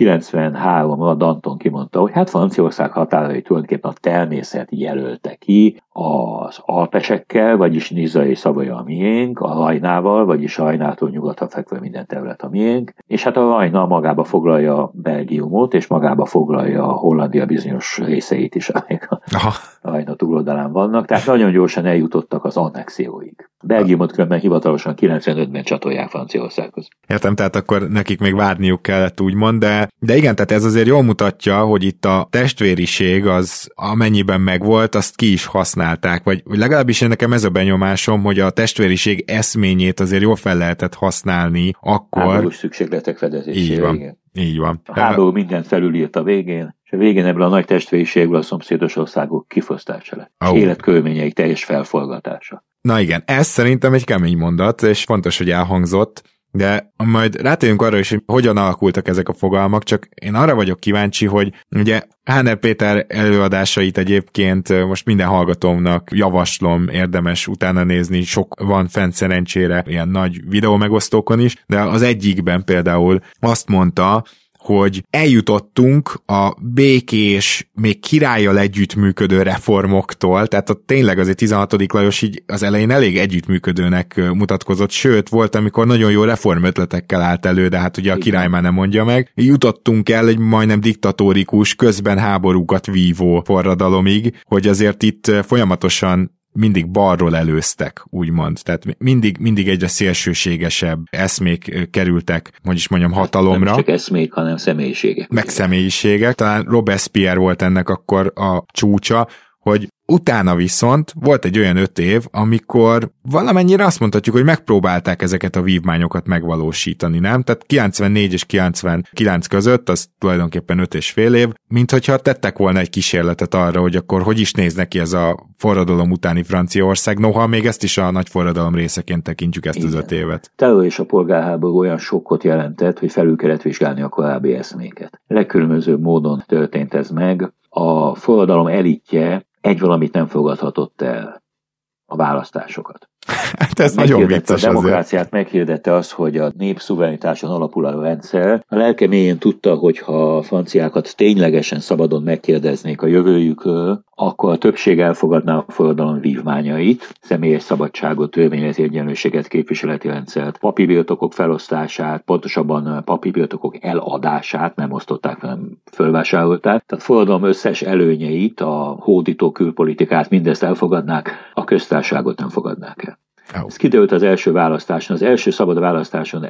93-ra Danton kimondta, hogy hát Franciaország határai tulajdonképpen a természet jelölte ki, az alpesekkel, vagyis Nizza és Savoya a miénk, a Rajnával, vagyis a Rajnától nyugatra fekvő minden terület a miénk, és hát a Rajna magába foglalja Belgiumot, és magába foglalja a Hollandia bizonyos részeit is, amelyek a Rajna túloldalán vannak, tehát nagyon gyorsan eljutottak az annexióig. Belgiumot különben hivatalosan 95-ben csatolják Franciaországhoz.
Értem, tehát akkor nekik még várniuk kellett, úgymond, de igen, tehát ez azért jól mutatja, hogy itt a testvériség az amennyiben megvolt, azt ki is használták, vagy legalábbis nekem ez a benyomásom, hogy a testvériség eszményét azért jól fel lehetett használni akkor.
Háborús szükségletek fedezésére.
Így van.
A háború mindent felülírt a végén, és a végén ebből a nagy testvériségből a szomszédos országok kifosztása lett. És életkörülményeik teljes felforgatása.
Na igen, ez szerintem egy kemény mondat, és fontos, hogy elhangzott, de majd rátérünk arra is, hogy hogyan alakultak ezek a fogalmak, csak én arra vagyok kíváncsi, hogy ugye Háner Péter előadásait egyébként most minden hallgatómnak javaslom, érdemes utána nézni, sok van fent szerencsére ilyen nagy videó megosztókon is, de az egyikben például azt mondta, hogy eljutottunk a békés, még királlyal együttműködő reformoktól, tehát ott tényleg azért 16. Lajos így az elején elég együttműködőnek mutatkozott, sőt, volt, amikor nagyon jó reformötletekkel állt elő, de hát ugye a király már nem mondja meg. Jutottunk el egy majdnem diktatórikus, közben háborúkat vívó forradalomig, hogy azért itt folyamatosan mindig balról előztek, úgymond. Tehát mindig egyre szélsőségesebb eszmék kerültek, hogy is mondjam, hatalomra.
Nem csak eszmék, hanem személyiségek.
Meg személyiségek. Talán Robespierre volt ennek akkor a csúcsa, hogy utána viszont volt egy olyan 5 év, amikor valamennyire azt mondhatjuk, hogy megpróbálták ezeket a vívmányokat megvalósítani, nem? Tehát 94 és 99 között, az tulajdonképpen 5,5 év, minthogyha tettek volna egy kísérletet arra, hogy akkor hogy is néz neki ez a forradalom utáni Franciaország, noha még ezt is a nagy forradalom részeként tekintjük ezt az 5 évet.
Terror és a polgárháború olyan sokkot jelentett, hogy felül kellett vizsgálni a korábbi eszméket. Legkülönbözőbb módon történt ez meg. A forradalom elitje egy valamit nem fogadhatott el, a választásokat.
Hát ez nagyon vicces.
A demokráciát meghirdette az, hogy a nép szuverenitáson alapul a rendszer. A lelke mélyén tudta, hogy ha a franciákat ténylegesen szabadon megkérdeznék a jövőjükről, akkor a többség elfogadná a forradalom vívmányait, személyes szabadságot, törvényleti egyenlőséget, képviseleti rendszert, papi birtokok felosztását, pontosabban papi birtokok eladását, nem osztották, hanem fölvásárolták. Tehát forradalom összes előnyeit, a hódító külpolitikát, mindezt elfogadnák, a köztársaságot nem fogadnák el. Ez kiderült az első választáson, az első szabad választáson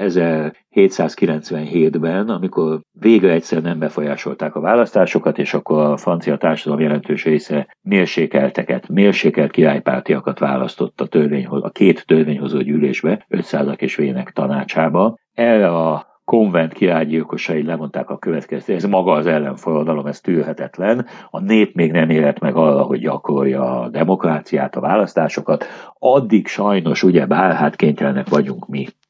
1797-ben, amikor végre egyszer nem befolyásolták a választásokat, és akkor a francia társadalom jelentős része mérsékelt királypártiakat választott a két törvényhozó gyűlésbe, 500-ak és vének tanácsába. Erre a konvent királygyilkosai lemondták a következtetést, ez maga az ellenforradalom, ez tűrhetetlen, a nép még nem érett meg arra, hogy gyakorolja a demokráciát, a választásokat, addig sajnos ugyebár, hát kénytelenek vagyunk mi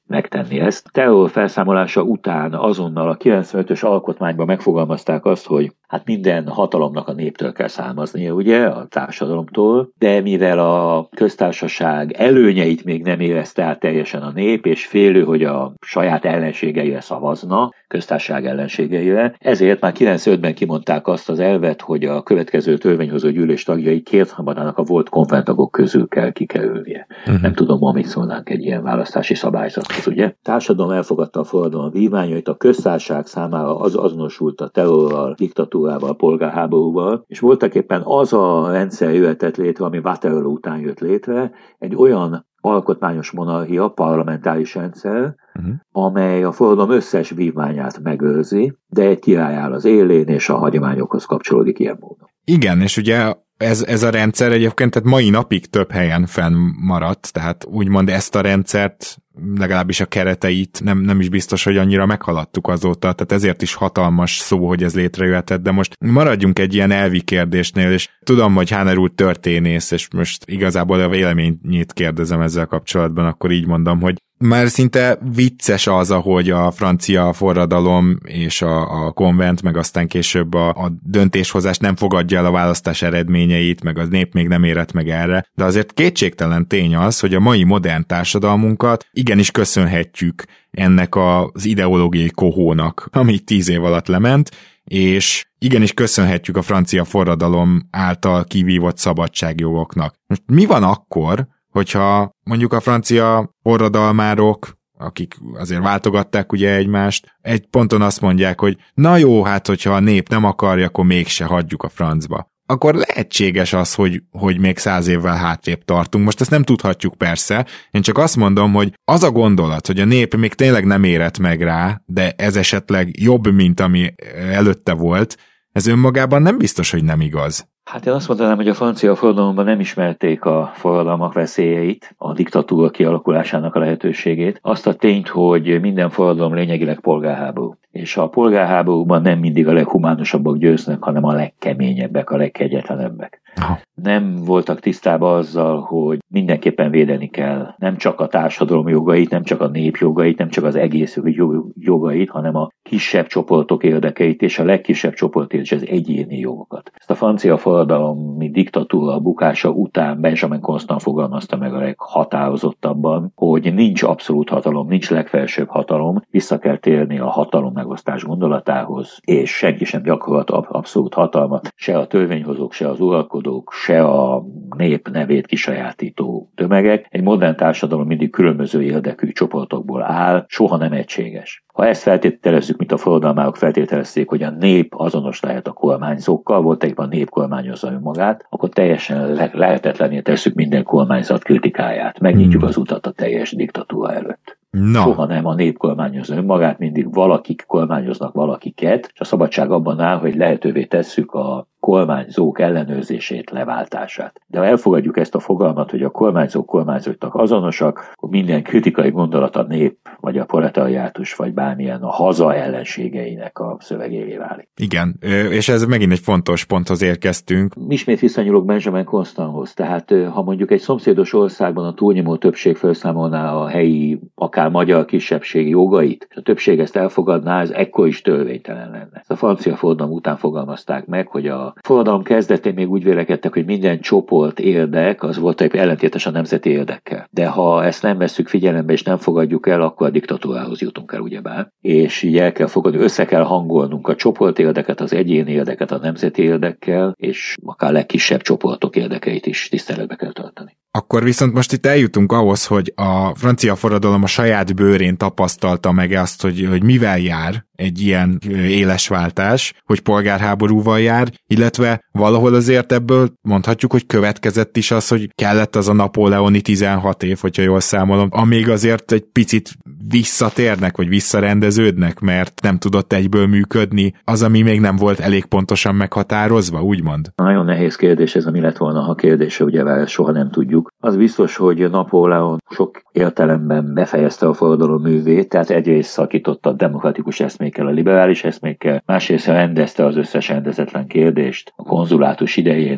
megtenni ezt. Terror felszámolása után azonnal a 95-ös alkotmányban megfogalmazták azt, hogy hát minden hatalomnak a néptől kell származnia, ugye, a társadalomtól, de mivel a köztársaság előnyeit még nem érezte át teljesen a nép, és félő, hogy a saját ellenségeire szavazna, köztársaság ellenségeire, ezért már 95-ben kimondták azt az elvet, hogy a következő törvényhozó gyűlés tagjai kétharmadának a volt konventtagok közül kell kikerülnie. Nem tudom, ma mit szólnánk egy ilyen választási szabályzathoz, ugye? Társadalom elfogadta a forradalom vívmányait, a köztársaság számára azonosult a terrorral, diktatúrával, polgárháborúval, és voltaképpen az a rendszer jöhetett létre, ami Waterloo után jött létre, egy olyan alkotmányos monarchia, parlamentáris rendszer, amely a forradalom összes vívmányát megőrzi, de egy király áll az élén, és a hagyományokhoz kapcsolódik ilyen módon.
Igen, és ugye ez a rendszer egyébként tehát mai napig több helyen fennmaradt, tehát úgymond ezt a rendszert, legalábbis a kereteit nem is biztos, hogy annyira meghaladtuk azóta, tehát ezért is hatalmas szó, hogy ez létrejöhetett, de most maradjunk egy ilyen elvi kérdésnél, és tudom, hogy Háner úr történész, és most igazából a véleményét kérdezem ezzel kapcsolatban, akkor így mondom, hogy már szinte vicces az, ahogy a francia forradalom és a konvent, meg aztán később a döntéshozás nem fogadja el a választás eredményeit, meg az nép még nem érett meg erre, de azért kétségtelen tény az, hogy a mai modern társadalmunkat igenis köszönhetjük ennek az ideológiai kohónak, ami 10 év alatt lement, és igenis köszönhetjük a francia forradalom által kivívott szabadságjogoknak. Most mi van akkor, hogyha mondjuk a francia forradalmárok, akik azért váltogatták ugye egymást, egy ponton azt mondják, hogy na jó, hát hogyha a nép nem akarja, akkor mégse hagyjuk a francba. Akkor lehetséges az, hogy még 100 évvel hátrébb tartunk. Most ezt nem tudhatjuk persze, én csak azt mondom, hogy az a gondolat, hogy a nép még tényleg nem érett meg rá, de ez esetleg jobb, mint ami előtte volt, ez önmagában nem biztos, hogy nem igaz.
Hát én azt mondanám, hogy a francia forradalomban nem ismerték a forradalmak veszélyeit, a diktatúra kialakulásának a lehetőségét. Azt a tényt, hogy minden forradalom lényegileg polgárháború. És a polgárháborúban nem mindig a leghumánusabbak győznek, hanem a legkeményebbek, a legkegyetlenebbek. Nem voltak tisztában azzal, hogy mindenképpen védeni kell nem csak a társadalom jogait, nem csak a nép jogait, nem csak az egész jogait, hanem a kisebb csoportok érdekeit, és a legkisebb csoportért is az egyéni jogokat. Ezt a francia forradalmi diktatúra bukása után Benjamin Constant fogalmazta meg a leghatározottabban, hogy nincs abszolút hatalom, nincs legfelsőbb hatalom, vissza kell térni a hatalom megosztás gondolatához, és senki sem gyakorlat abszolút hatalmat, se a törvényhozók, se az uralkodók, se a nép nevét kisajátító tömegek. Egy modern társadalom mindig különböző érdekű csoportokból áll, soha nem egységes. Ha ezt feltételezzük, mint a forradalmárok feltételezték, hogy a nép azonos lehet a kormányzókkal, voltaképpen a nép kormányozza önmagát, akkor teljesen lehetetlenné tesszük minden kormányzat kritikáját. Megnyitjuk az utat a teljes diktatúra előtt. No. Soha nem a nép kormányozza önmagát, mindig valakik kormányoznak valakiket, és a szabadság abban áll, hogy lehetővé tesszük a kormányzók ellenőrzését, leváltását. De ha elfogadjuk ezt a fogalmat, hogy a kormányzóknak azonosak, akkor minden kritikai gondolat a nép, vagy a proletariátus, vagy bármilyen a haza ellenségeinek a szövegévé válik.
Igen, és ez megint egy fontos ponthoz érkeztünk.
Ismét visszanyúlok Benjamin Constanthoz, tehát ha mondjuk egy szomszédos országban a túlnyomó többség felszámolná a helyi, akár magyar kisebbség jogait, és a többség ezt elfogadná, ez ekkor is törvénytelen lenne. Ezt a francia forradalom után fogalmazták meg, hogy a forradalom kezdetén még úgy vélekedtek, hogy minden csoport érdek, az volt egy ellentétes a nemzeti érdekkel. De ha ezt nem vesszük figyelembe és nem fogadjuk el, akkor a diktatúrához jutunk el, ugyebár. És így el kell fogadni, össze kell hangolnunk a csoport érdeket, az egyéni érdeket a nemzeti érdekkel, és akár legkisebb csoportok érdekeit is tiszteletbe kell tartani.
Akkor viszont most itt eljutunk ahhoz, hogy a francia forradalom a saját bőrén tapasztalta meg azt, hogy mivel jár egy ilyen éles váltás, hogy polgárháborúval jár, illetve valahol azért ebből mondhatjuk, hogy következett is az, hogy kellett az a napóleoni 16 év, hogyha jól számolom, amíg azért egy picit visszatérnek, vagy visszarendeződnek, mert nem tudott egyből működni az, ami még nem volt elég pontosan meghatározva, úgymond?
Nagyon nehéz kérdés ez, ami lett volna, ha kérdése, ugye soha nem tudjuk. Az biztos, hogy Napóleon sok értelemben befejezte a forradalom művét, tehát egyrészt szakította a demokratikus eszmékkel, a liberális eszmékkel, másrészt rendezte az összes rendezetlen kérdést a konzulátus idején,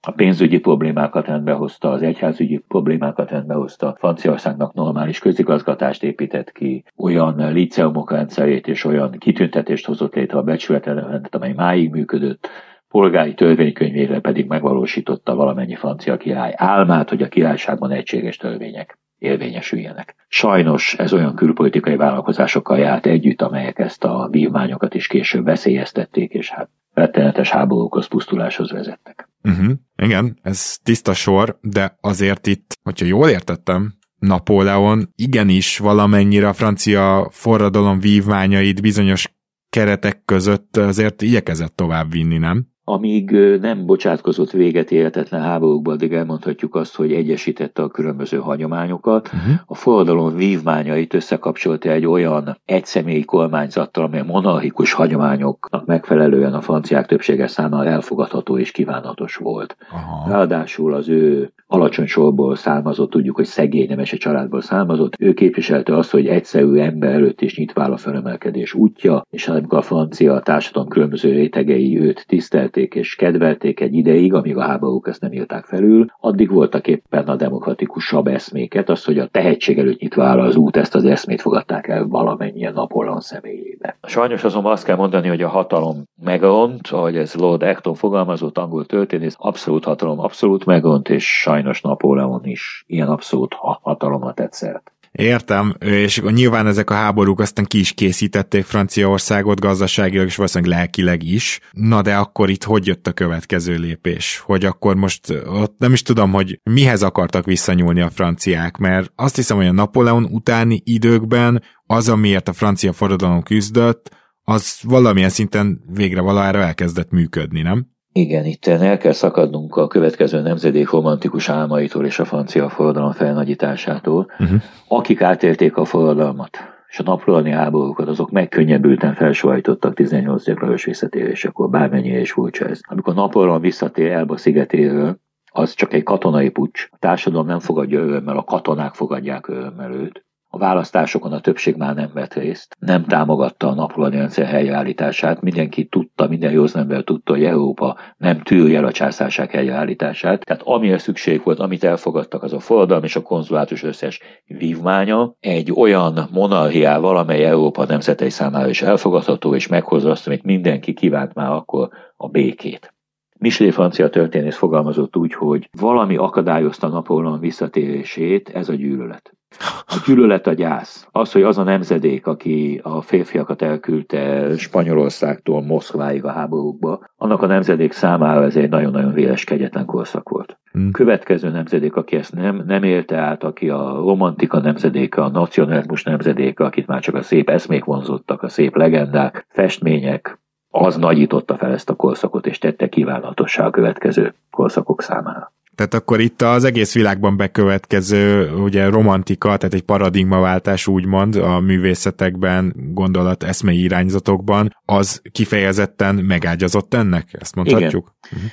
a pénzügyi problémákat rendbe hozta, az egyházügyi problémákat rendbe hozta, Franciaországnak normális közigazgatást épített ki, olyan líceumok rendszerét és olyan kitüntetést hozott létre a becsületrendet, amely máig működött, polgári törvénykönyvére pedig megvalósította valamennyi francia király álmát, hogy a királyságban egységes törvények érvényesüljenek. Sajnos ez olyan külpolitikai vállalkozásokkal járt együtt, amelyek ezt a vívmányokat is később veszélyeztették, és hát rettenetes háborúkhoz, pusztuláshoz vezettek.
Igen, ez tiszta sor, de azért itt, hogyha jól értettem, Napóleon igenis valamennyire a francia forradalom vívmányait bizonyos keretek között azért igyekezett tovább vinni, nem?
Amíg nem bocsátkozott véget élhetetlen háborúkba, addig elmondhatjuk azt, hogy egyesítette a különböző hagyományokat. A forradalom vívmányait összekapcsolta egy olyan egyszemélyi kormányzattal, amely a monarchikus hagyományoknak megfelelően a franciák többsége számára elfogadható és kívánatos volt. Ráadásul az ő alacsony sorból származott, tudjuk, hogy szegény nemesi családból származott. Ő képviselte azt, hogy egyszerű ember előtt is nyitva áll a felemelkedés útja, és amikor a francia társadalom különböző rétegei őt tisztelték és kedvelték egy ideig, amíg a háborúk ezt nem írták felül, addig voltak éppen a demokratikusabb eszméket, az, hogy a tehetség előtt nyitva áll az út, ezt az eszmét fogadták el valamennyien Napóleon személyébe. Sajnos azonban azt kell mondani, hogy a hatalom megront, ahogy ez Lord Acton fogalmazott, angol történész, abszolút hatalom abszolút megront, és sajnos Napóleon is ilyen abszolút hatalomra tett szert.
Értem, és nyilván ezek a háborúk aztán ki is készítették Franciaországot gazdaságilag és valószínűleg lelkileg is. Na de akkor itt hogy jött a következő lépés? Hogy akkor most ott nem is tudom, hogy mihez akartak visszanyúlni a franciák, mert azt hiszem, hogy a Napóleon utáni időkben az, amiért a francia forradalom küzdött, az valamilyen szinten végre valahára elkezdett működni, nem?
Igen, itt el kell szakadnunk a következő nemzedék romantikus álmaitól és a francia forradalom felnagyításától. Akik átélték a forradalmat és a napóleoni háborúkat, azok megkönnyebbülten felsóhajtottak 18. Lajos visszatérésekor, bármennyire is furcsa ez. Amikor Napóleon visszatér Elba szigetéről, az csak egy katonai puccs. A társadalom nem fogadja örömmel, a katonák fogadják örömmel őt. A választásokon a többség már nem vett részt, nem támogatta a napóleoni rendszer helyreállítását, mindenki tudta, minden józnember tudta, hogy Európa nem tűrje el a császárság helyreállítását. Tehát amire szükség volt, amit elfogadtak, az a forradalom és a konzulátus összes vívmánya egy olyan monarchiával, amely Európa nemzetei számára is elfogadható, és meghozza azt, amit mindenki kívánt már akkor, a békét. Michelet francia történész fogalmazott úgy, hogy valami akadályozta Napóleon visszatérését, ez a gyűlölet. A gyűlölet a gyász. Az, hogy az a nemzedék, aki a férfiakat elküldte Spanyolországtól Moszkváig a háborúkba, annak a nemzedék számára ez egy nagyon-nagyon véres, kegyetlen korszak volt. Következő nemzedék, aki ezt nem élte át, aki a romantika nemzedéke, a nacionalizmus nemzedéke, akit már csak a szép eszmék vonzottak, a szép legendák, festmények, az nagyította fel ezt a korszakot, és tette kívánatossá a következő korszakok számára.
Tehát akkor itt az egész világban bekövetkező ugye romantika, tehát egy paradigmaváltás úgymond a művészetekben, gondolat, eszmei irányzatokban, az kifejezetten megágyazott ennek? Ezt mondhatjuk?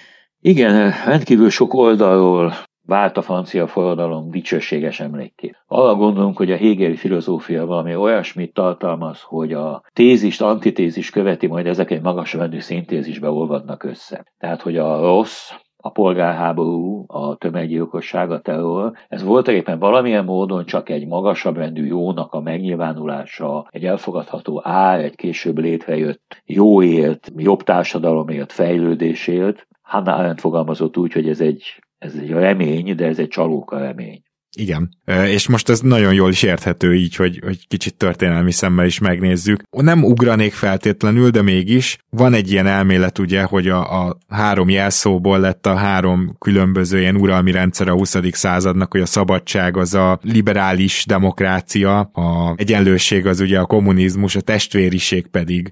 Igen, rendkívül sok oldalról vált a francia forradalom dicsőséges emlékké. Arra gondolunk, hogy a hegeli filozófia valami olyasmit tartalmaz, hogy a tézist, antitézis követi, majd ezek egy magasrendű szintézisbe olvadnak össze. Tehát, hogy a rossz, a polgárháború, a tömeggyilkosság, a terror, ez voltak éppen valamilyen módon csak egy magasabb rendű jónak a megnyilvánulása, egy elfogadható ár, egy később létrejött jóért, jobb társadalomért, fejlődésért. Hannah Arendt fogalmazott úgy, hogy ez egy remény, de ez egy csalóka remény.
Igen, és most ez nagyon jól is érthető így, hogy kicsit történelmi szemmel is megnézzük. Nem ugranék feltétlenül, de mégis van egy ilyen elmélet ugye, hogy a három jelszóból lett a három különböző ilyen uralmi rendszer a 20. századnak, hogy a szabadság az a liberális demokrácia, a egyenlőség az ugye a kommunizmus, a testvériség pedig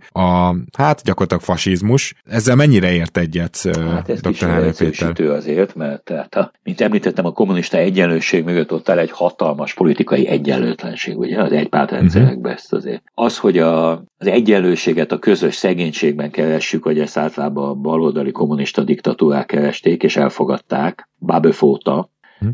hát gyakorlatilag fasizmus. Ezzel mennyire ért egyet, Dr. Hámé Péter?
Azért, mert tehát, mint említettem, a kommunista egyenlőség mögött ott áll egy hatalmas politikai egyenlőtlenség, ugye, az egypártrendszerekben ezt azért. Az, hogy az egyenlőséget a közös szegénységben keressük, hogy ezt általában a baloldali kommunista diktatúrák keresték, és elfogadták, Babeuf óta,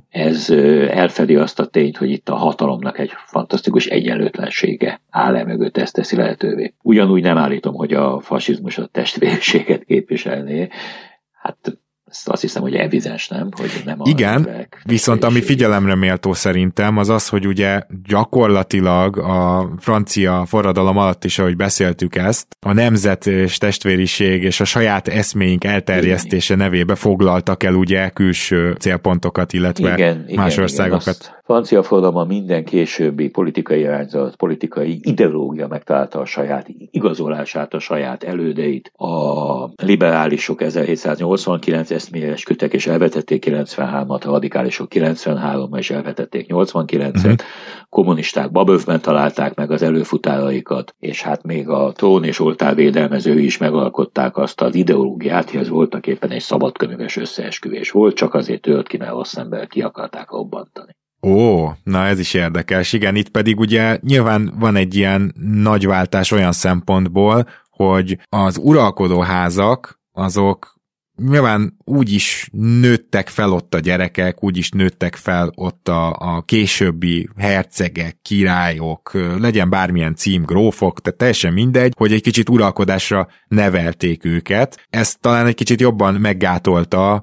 ez elfedi azt a tényt, hogy itt a hatalomnak egy fantasztikus egyenlőtlensége áll mögött, ezt teszi lehetővé. Ugyanúgy nem állítom, hogy a fasizmus a testvérséget képviselné, hát azt hiszem, hogy evidens, nem? Hogy nem
igen, viszont ami figyelemre méltó szerintem, az az, hogy ugye gyakorlatilag a francia forradalom alatt is, ahogy beszéltük ezt, a nemzet és testvériség és a saját eszméink elterjesztése nevébe foglaltak el ugye külső célpontokat, illetve más országokat.
Francia forradalomban minden későbbi politikai irányzat, politikai ideológia megtalálta a saját igazolását, a saját elődeit. A liberálisok 1789 eszmélyre esküdtek és elvetették 93-at, a radikálisok 93-ban és elvetették 89-et, kommunisták Babeufben találták meg az előfutáraikat, és hát még a trón és oltárvédelmezői is megalkották azt az ideológiát, hogy ez voltak éppen egy szabadkönyves összeesküvés volt, csak azért tört ki, mert rossz ember ki akarták robbantani.
Ó, na ez is érdekes. Igen, itt pedig ugye nyilván van egy ilyen nagy váltás olyan szempontból, hogy az uralkodóházak azok nyilván úgy is nőttek fel ott a gyerekek, úgy is nőttek fel ott a későbbi hercegek, királyok, legyen bármilyen cím, grófok, tehát teljesen mindegy, hogy egy kicsit uralkodásra nevelték őket. Ez talán egy kicsit jobban meggátolta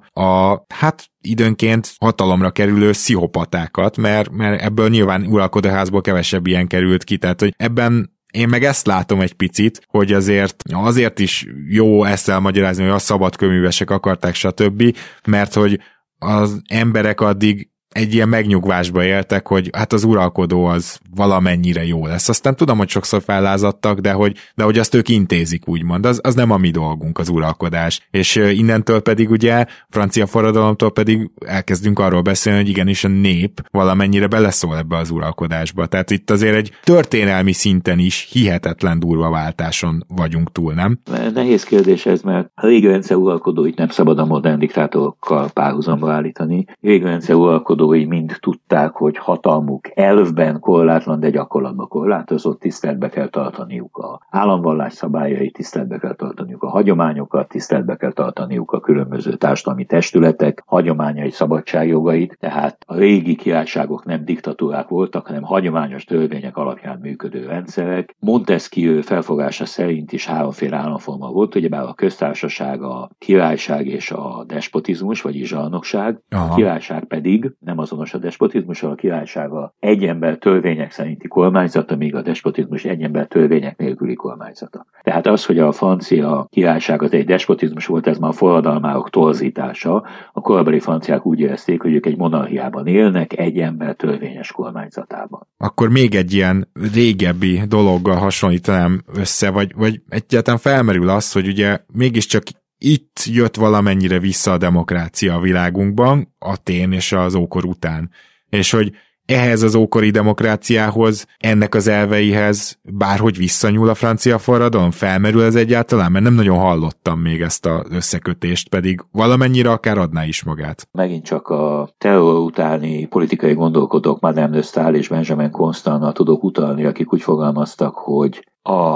időnként hatalomra kerülő pszichopatákat, mert ebből nyilván uralkodóházból kevesebb ilyen került ki, tehát hogy ebben én meg ezt látom egy picit, hogy azért is jó ezt elmagyarázni, hogy a szabadkőművesek akarták, stb., mert hogy az emberek addig egy ilyen megnyugvásba éltek, hogy hát az uralkodó az valamennyire jó lesz. Aztán tudom, hogy sokszor fellázadtak, de hogy azt ők intézik, úgymond. Az nem a mi dolgunk, az uralkodás. És innentől pedig ugye, francia forradalomtól pedig elkezdünk arról beszélni, hogy igenis a nép valamennyire beleszól ebbe az uralkodásba. Tehát itt azért egy történelmi szinten is hihetetlen durva váltáson vagyunk túl, nem?
Nehéz kérdés ez, mert a régi rendszer uralkodóit nem szabad a modern diktátorokkal párhuzamba állítani. Régi rendszer uralkodói mind tudták, hogy hatalmuk elvben korlátlan, de gyakorlatban korlátozott, tiszteletbe kell tartaniuk a államvallás szabályait, tiszteletbe kell tartaniuk a hagyományokat, tiszteletbe kell tartaniuk a különböző társadalmi testületek hagyományai, szabadságjogait, tehát a régi királyságok nem diktatúrák voltak, hanem hagyományos törvények alapján működő rendszerek. Montesquieu felfogása szerint is háromféle államforma volt, ugyebár a köztársaság, a királyság és a despotizmus, vagyis zsarnokság. A királyság pedig nem azonos a despotizmussal, a királysága egy ember törvények szerinti kormányzata, míg a despotizmus egy ember törvények nélküli kormányzata. Tehát az, hogy a francia királyság az egy despotizmus volt, ez már a forradalmárok torzítása. A korabeli franciák úgy érezték, hogy ők egy monarchiában élnek, egy ember törvényes kormányzatában.
Akkor még egy ilyen régebbi dologgal hasonlítanám össze, vagy egyáltalán felmerül az, hogy ugye mégiscsak itt jött valamennyire vissza a demokrácia a világunkban, Atén és az ókor után. És hogy ehhez az ókori demokráciához, ennek az elveihez bárhogy visszanyúl a francia forradalom? Felmerül ez egyáltalán? Mert nem nagyon hallottam még ezt az összekötést, pedig valamennyire akár adná is magát.
Megint csak a terror utáni politikai gondolkodók, Madame de Staël és Benjamin Constantnal tudok utalni, akik úgy fogalmaztak, hogy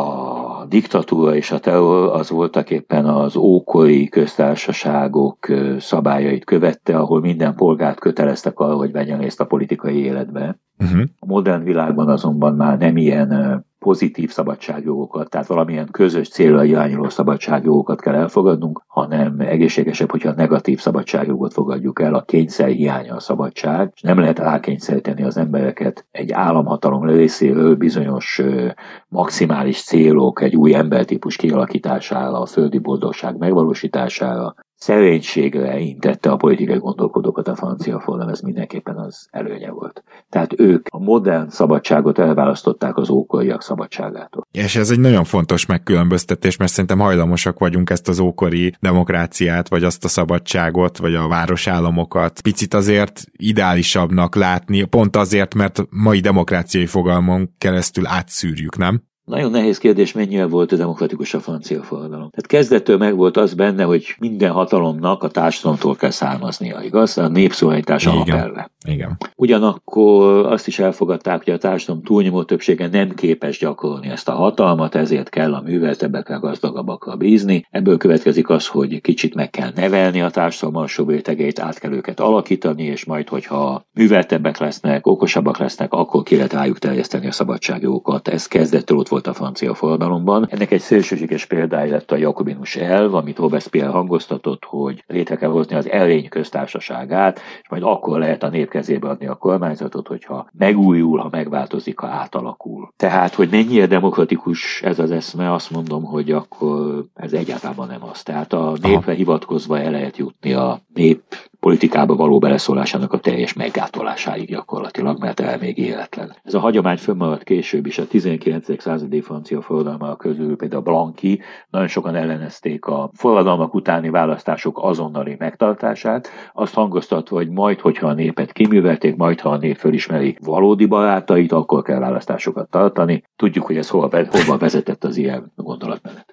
a diktatúra és a terror az voltak éppen az ókori köztársaságok szabályait követte, ahol minden polgárt köteleztek arra, hogy vegyen részt a politikai életbe. A modern világban azonban már nem ilyen pozitív szabadságjogokat, tehát valamilyen közös célra irányuló szabadságjogokat kell elfogadnunk, hanem egészségesebb, hogyha a negatív szabadságjogot fogadjuk el, a kényszer hiánya a szabadság, és nem lehet rákényszeríteni az embereket egy államhatalom részéről bizonyos maximális célok, egy új embertípus kialakítására, a földi boldogság megvalósítására. Szerénységre intette a politikai gondolkodókat a francia forradalom, ez mindenképpen az előnye volt. Tehát ők a modern szabadságot elválasztották az ókoriak szabadságától.
És ez egy nagyon fontos megkülönböztetés, mert szerintem hajlamosak vagyunk ezt az ókori demokráciát, vagy azt a szabadságot, vagy a városállamokat picit azért ideálisabbnak látni, pont azért, mert mai demokráciai fogalmon keresztül átszűrjük, nem?
Nagyon nehéz kérdés, mennyire volt a demokratikus a francia forradalom. Tehát kezdettől meg volt az benne, hogy minden hatalomnak a társadalomtól kell származnia, igaz? A népszuverenitás alapelve.
Igen.
Ugyanakkor azt is elfogadták, hogy a társadalom túlnyomó többsége nem képes gyakorolni ezt a hatalmat, ezért kell a műveltebbekre, gazdagabbakra bízni. Ebből következik az, hogy kicsit meg kell nevelni a társadalom alsó rétegeit, át kell őket alakítani, és majd, hogyha műveltebbek lesznek, okosabbak lesznek, akkor ki lehet rájuk terjeszteni a szabadságjogokat. Ez kezdettől ott volt volt a francia forradalomban. Ennek egy szélsőséges példája lett a jakobinus elv, amit Robespierre hangoztatott, hogy létre kell hozni az erény köztársaságát, és majd akkor lehet a nép kezébe adni a kormányzatot, hogyha megújul, ha megváltozik, ha átalakul. Tehát, hogy mennyire demokratikus ez az eszme, azt mondom, hogy akkor ez egyáltalán nem az. Tehát a népre hivatkozva el lehet jutni a nép politikába való beleszólásának a teljes meggátolásáig gyakorlatilag, mert el még életlen. Ez a hagyomány fönnmaradt később is, a 19. századi francia forradalmak közül például Blanqui, nagyon sokan ellenezték a forradalmak utáni választások azonnali megtartását, azt hangoztatva, hogy majd, hogyha a népet kiművelték, majd, ha a nép fölismeri valódi barátait, akkor kell választásokat tartani. Tudjuk, hogy ez hova vezetett az ilyen gondolatmenet.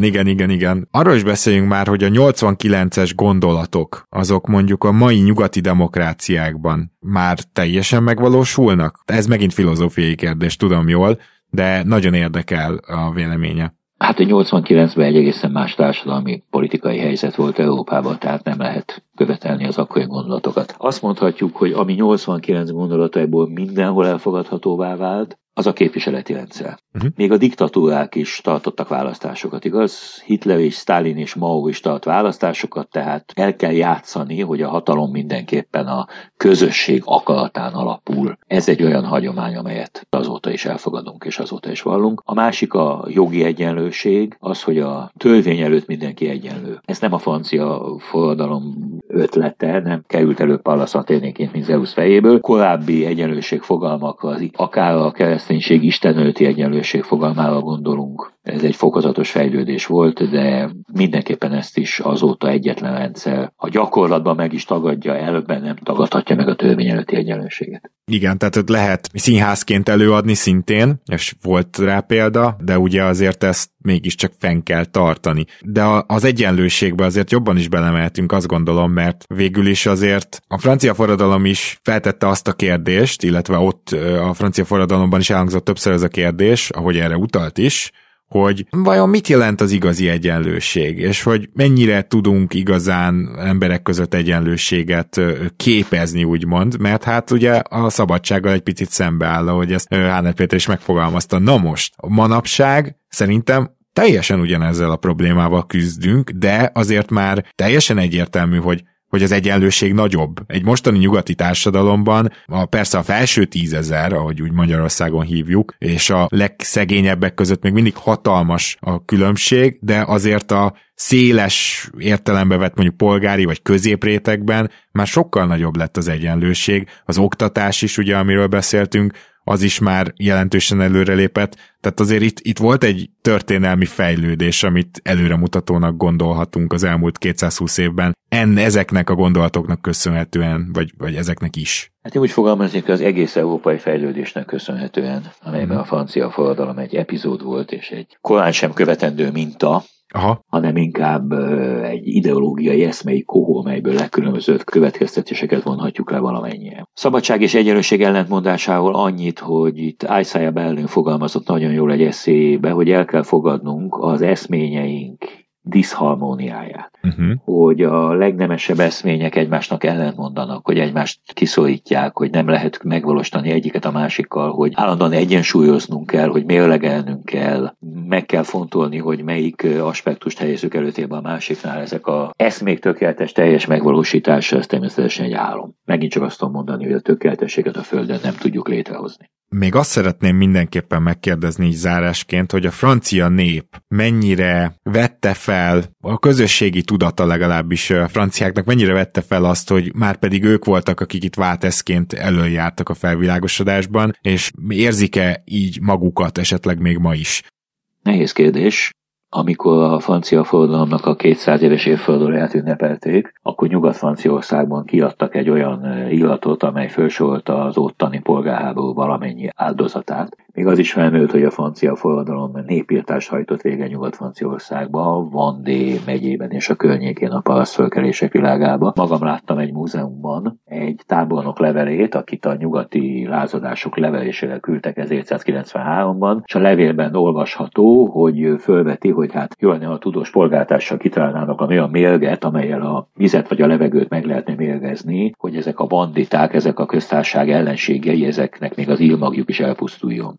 Igen. Arról is beszéljünk már, hogy a 89-es gondolatok, azok mondjuk a mai nyugati demokráciákban már teljesen megvalósulnak? Ez megint filozófiai kérdés, tudom jól, de nagyon érdekel a véleménye.
Hát a 89-ben egy egészen más társadalmi politikai helyzet volt Európában, tehát nem lehet követelni az akkori gondolatokat. Azt mondhatjuk, hogy ami 89 gondolataiból mindenhol elfogadhatóvá vált, az a képviseleti rendszer. Még a diktatúrák is tartottak választásokat, igaz? Hitler és Sztálin és Mao is tart választásokat, tehát el kell játszani, hogy a hatalom mindenképpen a közösség akaratán alapul. Ez egy olyan hagyomány, amelyet azóta is elfogadunk és azóta is vallunk. A másik a jogi egyenlőség, az, hogy a törvény előtt mindenki egyenlő. Ez nem a francia forradalom ötlete, nem került elő Pallas Athénéként, mint Zeus fejéből. Korábbi egyenlőség fogalmakra, akár a kereszténység istenölti egyenlőség fogalmára gondolunk. Ez egy fokozatos fejlődés volt, de mindenképpen ezt is azóta egyetlen rendszer. Ha gyakorlatban meg is tagadja, elben nem tagadhatja meg a törvény előtti egyenlőséget.
Igen, tehát lehet színházként előadni szintén, és volt rá példa, de ugye azért ezt mégiscsak fenn kell tartani. De az egyenlőségbe azért jobban is belemeltünk, azt gondolom, mert végül is azért a francia forradalom is feltette azt a kérdést, illetve ott a francia forradalomban is elhangzott többször ez a kérdés, ahogy erre utalt is, hogy vajon mit jelent az igazi egyenlőség, és hogy mennyire tudunk igazán emberek között egyenlőséget képezni, úgymond, mert hát ugye a szabadsággal egy picit szembeáll, ahogy ezt Háner Péter is megfogalmazta. Na most, manapság szerintem teljesen ugyanezzel a problémával küzdünk, de azért már teljesen egyértelmű, hogy az egyenlőség nagyobb. Egy mostani nyugati társadalomban persze a felső 10 000, ahogy úgy Magyarországon hívjuk, és a legszegényebbek között még mindig hatalmas a különbség, de azért a széles értelembe vett mondjuk polgári vagy középrétegben már sokkal nagyobb lett az egyenlőség. Az oktatás is, ugye, amiről beszéltünk, az is már jelentősen előrelépett. Tehát azért itt volt egy történelmi fejlődés, amit előremutatónak gondolhatunk az elmúlt 220 évben. Ezeknek a gondolatoknak köszönhetően, vagy ezeknek is.
Hát én úgy fogalmaznék, hogy az egész európai fejlődésnek köszönhetően, amelyben a francia forradalom egy epizód volt, és egy korán sem követendő minta, hanem inkább egy ideológiai eszmei kohó, amelyből legkülönbözőbb következtetéseket vonhatjuk le valamennyien. Szabadság és egyenlőség ellentmondásáról annyit, hogy itt Isaiah Berlin fogalmazott nagyon jól egy eszébe, hogy el kell fogadnunk az eszményeink diszharmóniáját. Hogy a legnemesebb eszmények egymásnak ellentmondanak, hogy egymást kiszorítják, hogy nem lehet megvalósítani egyiket a másikkal, hogy állandóan egyensúlyoznunk kell, hogy mérlegelnünk kell, meg kell fontolni, hogy melyik aspektust helyezzük előtérbe a másiknál. Ezek a eszmék tökéletes teljes megvalósítása, ez természetesen egy álom. Megint csak azt tudom mondani, hogy a tökéletességet a Földön nem tudjuk létrehozni.
Még azt szeretném mindenképpen megkérdezni így zárásként, hogy a francia nép mennyire vette fel, a közösségi tudata legalábbis a franciáknak mennyire vette fel azt, hogy már pedig ők voltak, akik itt válteszként előjártak a felvilágosodásban, és érzik-e így magukat esetleg még ma is?
Nehéz kérdés. Amikor a francia forradalomnak a 200 éves évfordulóját ünnepelték, akkor Nyugat-Franciaországban kiadtak egy olyan iratot, amely felsorolta az ottani polgárháború valamennyi áldozatát. Még az is felmerült, hogy a francia forradalom népírtást hajtott végre Nyugat-Franciaországban, Vendée megyében és a környékén a parasztfölkelések világában. Magam láttam egy múzeumban egy tábornok levelét, akit a nyugati lázadások levelésére küldtek 1793-ban, és a levélben olvasható, hogy fölveti, hogy hát jó lenne, ha a tudós polgártársak kitalálnának olyan mérget, amellyel a vizet vagy a levegőt meg lehetne mérgezni, hogy ezek a banditák, ezek a köztársaság ellenségei, ezeknek még az írmagjuk is elpusztuljon.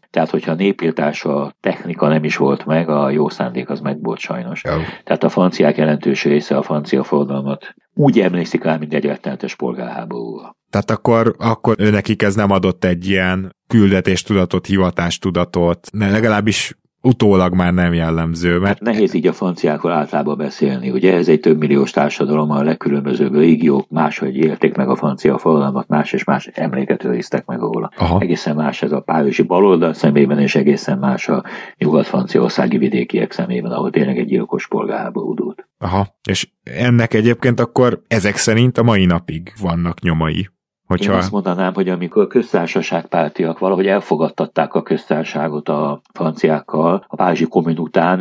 Tehát, hogyha a népírtás, a technika nem is volt meg, a jó szándék az meg volt sajnos. Tehát a franciák jelentős része a francia forradalmat úgy emlékszik rá, mint egy rettenetes polgárháborúra.
Tehát akkor nekik ez nem adott egy ilyen küldetéstudatot, hivatástudatot, legalábbis utólag már nem jellemző. Mert...
Nehéz így a franciákról általában beszélni. Ugye ez egy több milliós társadalom, a legkülönbözőbb régiók máshogy élték meg a francia forradalmat, más és más emléket őriztek meg róla.
Aha.
Egészen más ez a párizsi baloldal szemében, és egészen más a nyugat-franciaországi vidékiek szemében, ahol tényleg egy gyilkos polgárháború dúlt.
Aha, és ennek egyébként akkor ezek szerint a mai napig vannak nyomai.
Én azt mondanám, hogy amikor köztársaságpártiak valahogy elfogadtatták a köztársaságot a franciákkal, a párizsi kommun után,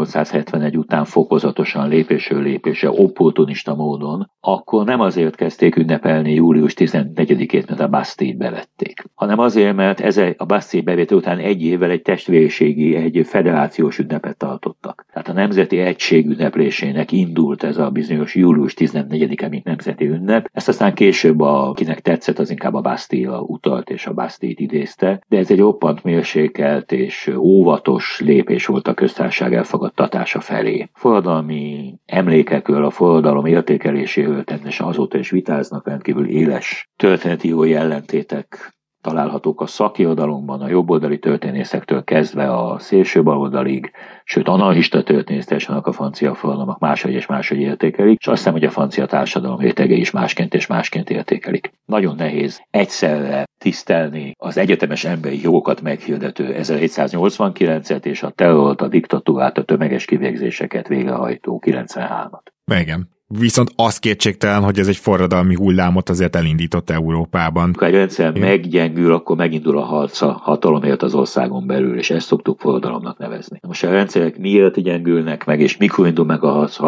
1871 után fokozatosan lépésről lépésre, opportunista módon, akkor nem azért kezdték ünnepelni július 14-ét, mert a Bastille bevették, hanem azért, mert a Bastille bevétel után egy évvel egy testvériségi, egy federációs ünnepet tartottak. Tehát a nemzeti egység ünneplésének indult ez a bizonyos július 14-e, mint nemzeti ünnep. Ezt aztán később akinek tetszett, az inkább a Bastille utalt és a Bastille-t idézte, de ez egy roppant mérsékelt és óvatos lépés volt a köztársaság elfogadtatása felé. Forradalmi emlékekről, a forradalom értékeléséről természetesen azóta is vitáznak, rendkívül éles történeti ellentétek találhatók a szakirodalomban, a jobboldali történészektől kezdve a szélső baloldalig, sőt anarchista történészek a francia forradalmak máshogy és máshogy értékelik, és azt hiszem, hogy a francia társadalom rétegei is másként és másként értékelik. Nagyon nehéz egyszerre tisztelni az egyetemes emberi jogokat meghirdető 1789-et és a terrort, a diktatúrát, a tömeges kivégzéseket végrehajtó 93-at.
Igen. Viszont az kétségtelen, hogy ez egy forradalmi hullámot azért elindított Európában.
Ha egy rendszer meggyengül, akkor megindul a harc a hatalomért az országon belül, és ezt szoktuk forradalomnak nevezni. Most a rendszerek miért gyengülnek meg, és mikor indul meg a harc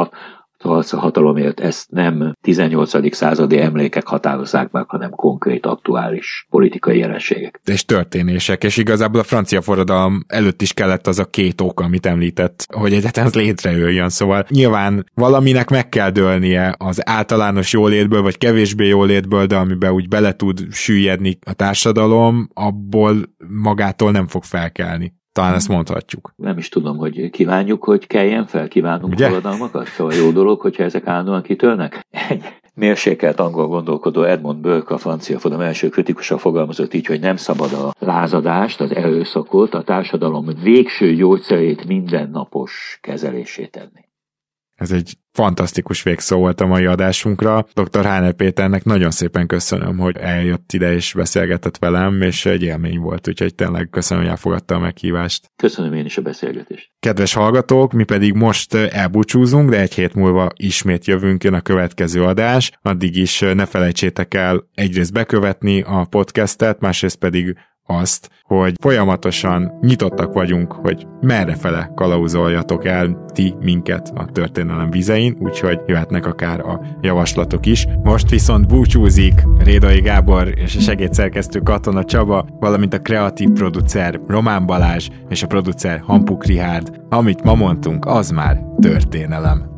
a hatalomért, ezt nem 18. századi emlékek határozzák meg, hanem konkrét, aktuális politikai jelenségek.
És történések, és igazából a francia forradalom előtt is kellett az a két ok, amit említett, hogy egyáltalán ez létrejöjjön, szóval nyilván valaminek meg kell dőlnie az általános jólétből, vagy kevésbé jólétből, de amiben úgy bele tud süllyedni a társadalom, abból magától nem fog felkelni. Talán ezt mondhatjuk.
Nem is tudom, hogy kívánjuk, hogy keljen fel, kívánunk forradalmakat. Szóval jó dolog, hogyha ezek állandóan kitörnek. Egy mérsékelt angol gondolkodó Edmund Burke, a francia forradalom első kritikusa fogalmazott így, hogy nem szabad a lázadást, az erőszakot, a társadalom végső gyógyszerét mindennapos kezelését tenni.
Ez egy fantasztikus végszó volt a mai adásunkra. Dr. Háner Péternek nagyon szépen köszönöm, hogy eljött ide és beszélgetett velem, és egy élmény volt, úgyhogy tényleg köszönöm, hogy elfogadta a meghívást.
Köszönöm én is a beszélgetést.
Kedves hallgatók, mi pedig most elbúcsúzunk, de egy hét múlva ismét jövünk, jön a következő adás. Addig is ne felejtsétek el egyrészt bekövetni a podcastet, másrészt pedig azt, hogy folyamatosan nyitottak vagyunk, hogy merrefele kalauzoljatok el ti minket a történelem vizein, úgyhogy jöhetnek akár a javaslatok is. Most viszont búcsúzik Rédai Gábor és a segédszerkesztő Katona Csaba, valamint a kreatív producer Román Balázs és a producer Hampuk Richárd. Amit ma mondtunk, az már történelem.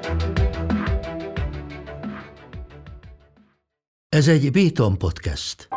Ez egy Béton Podcast.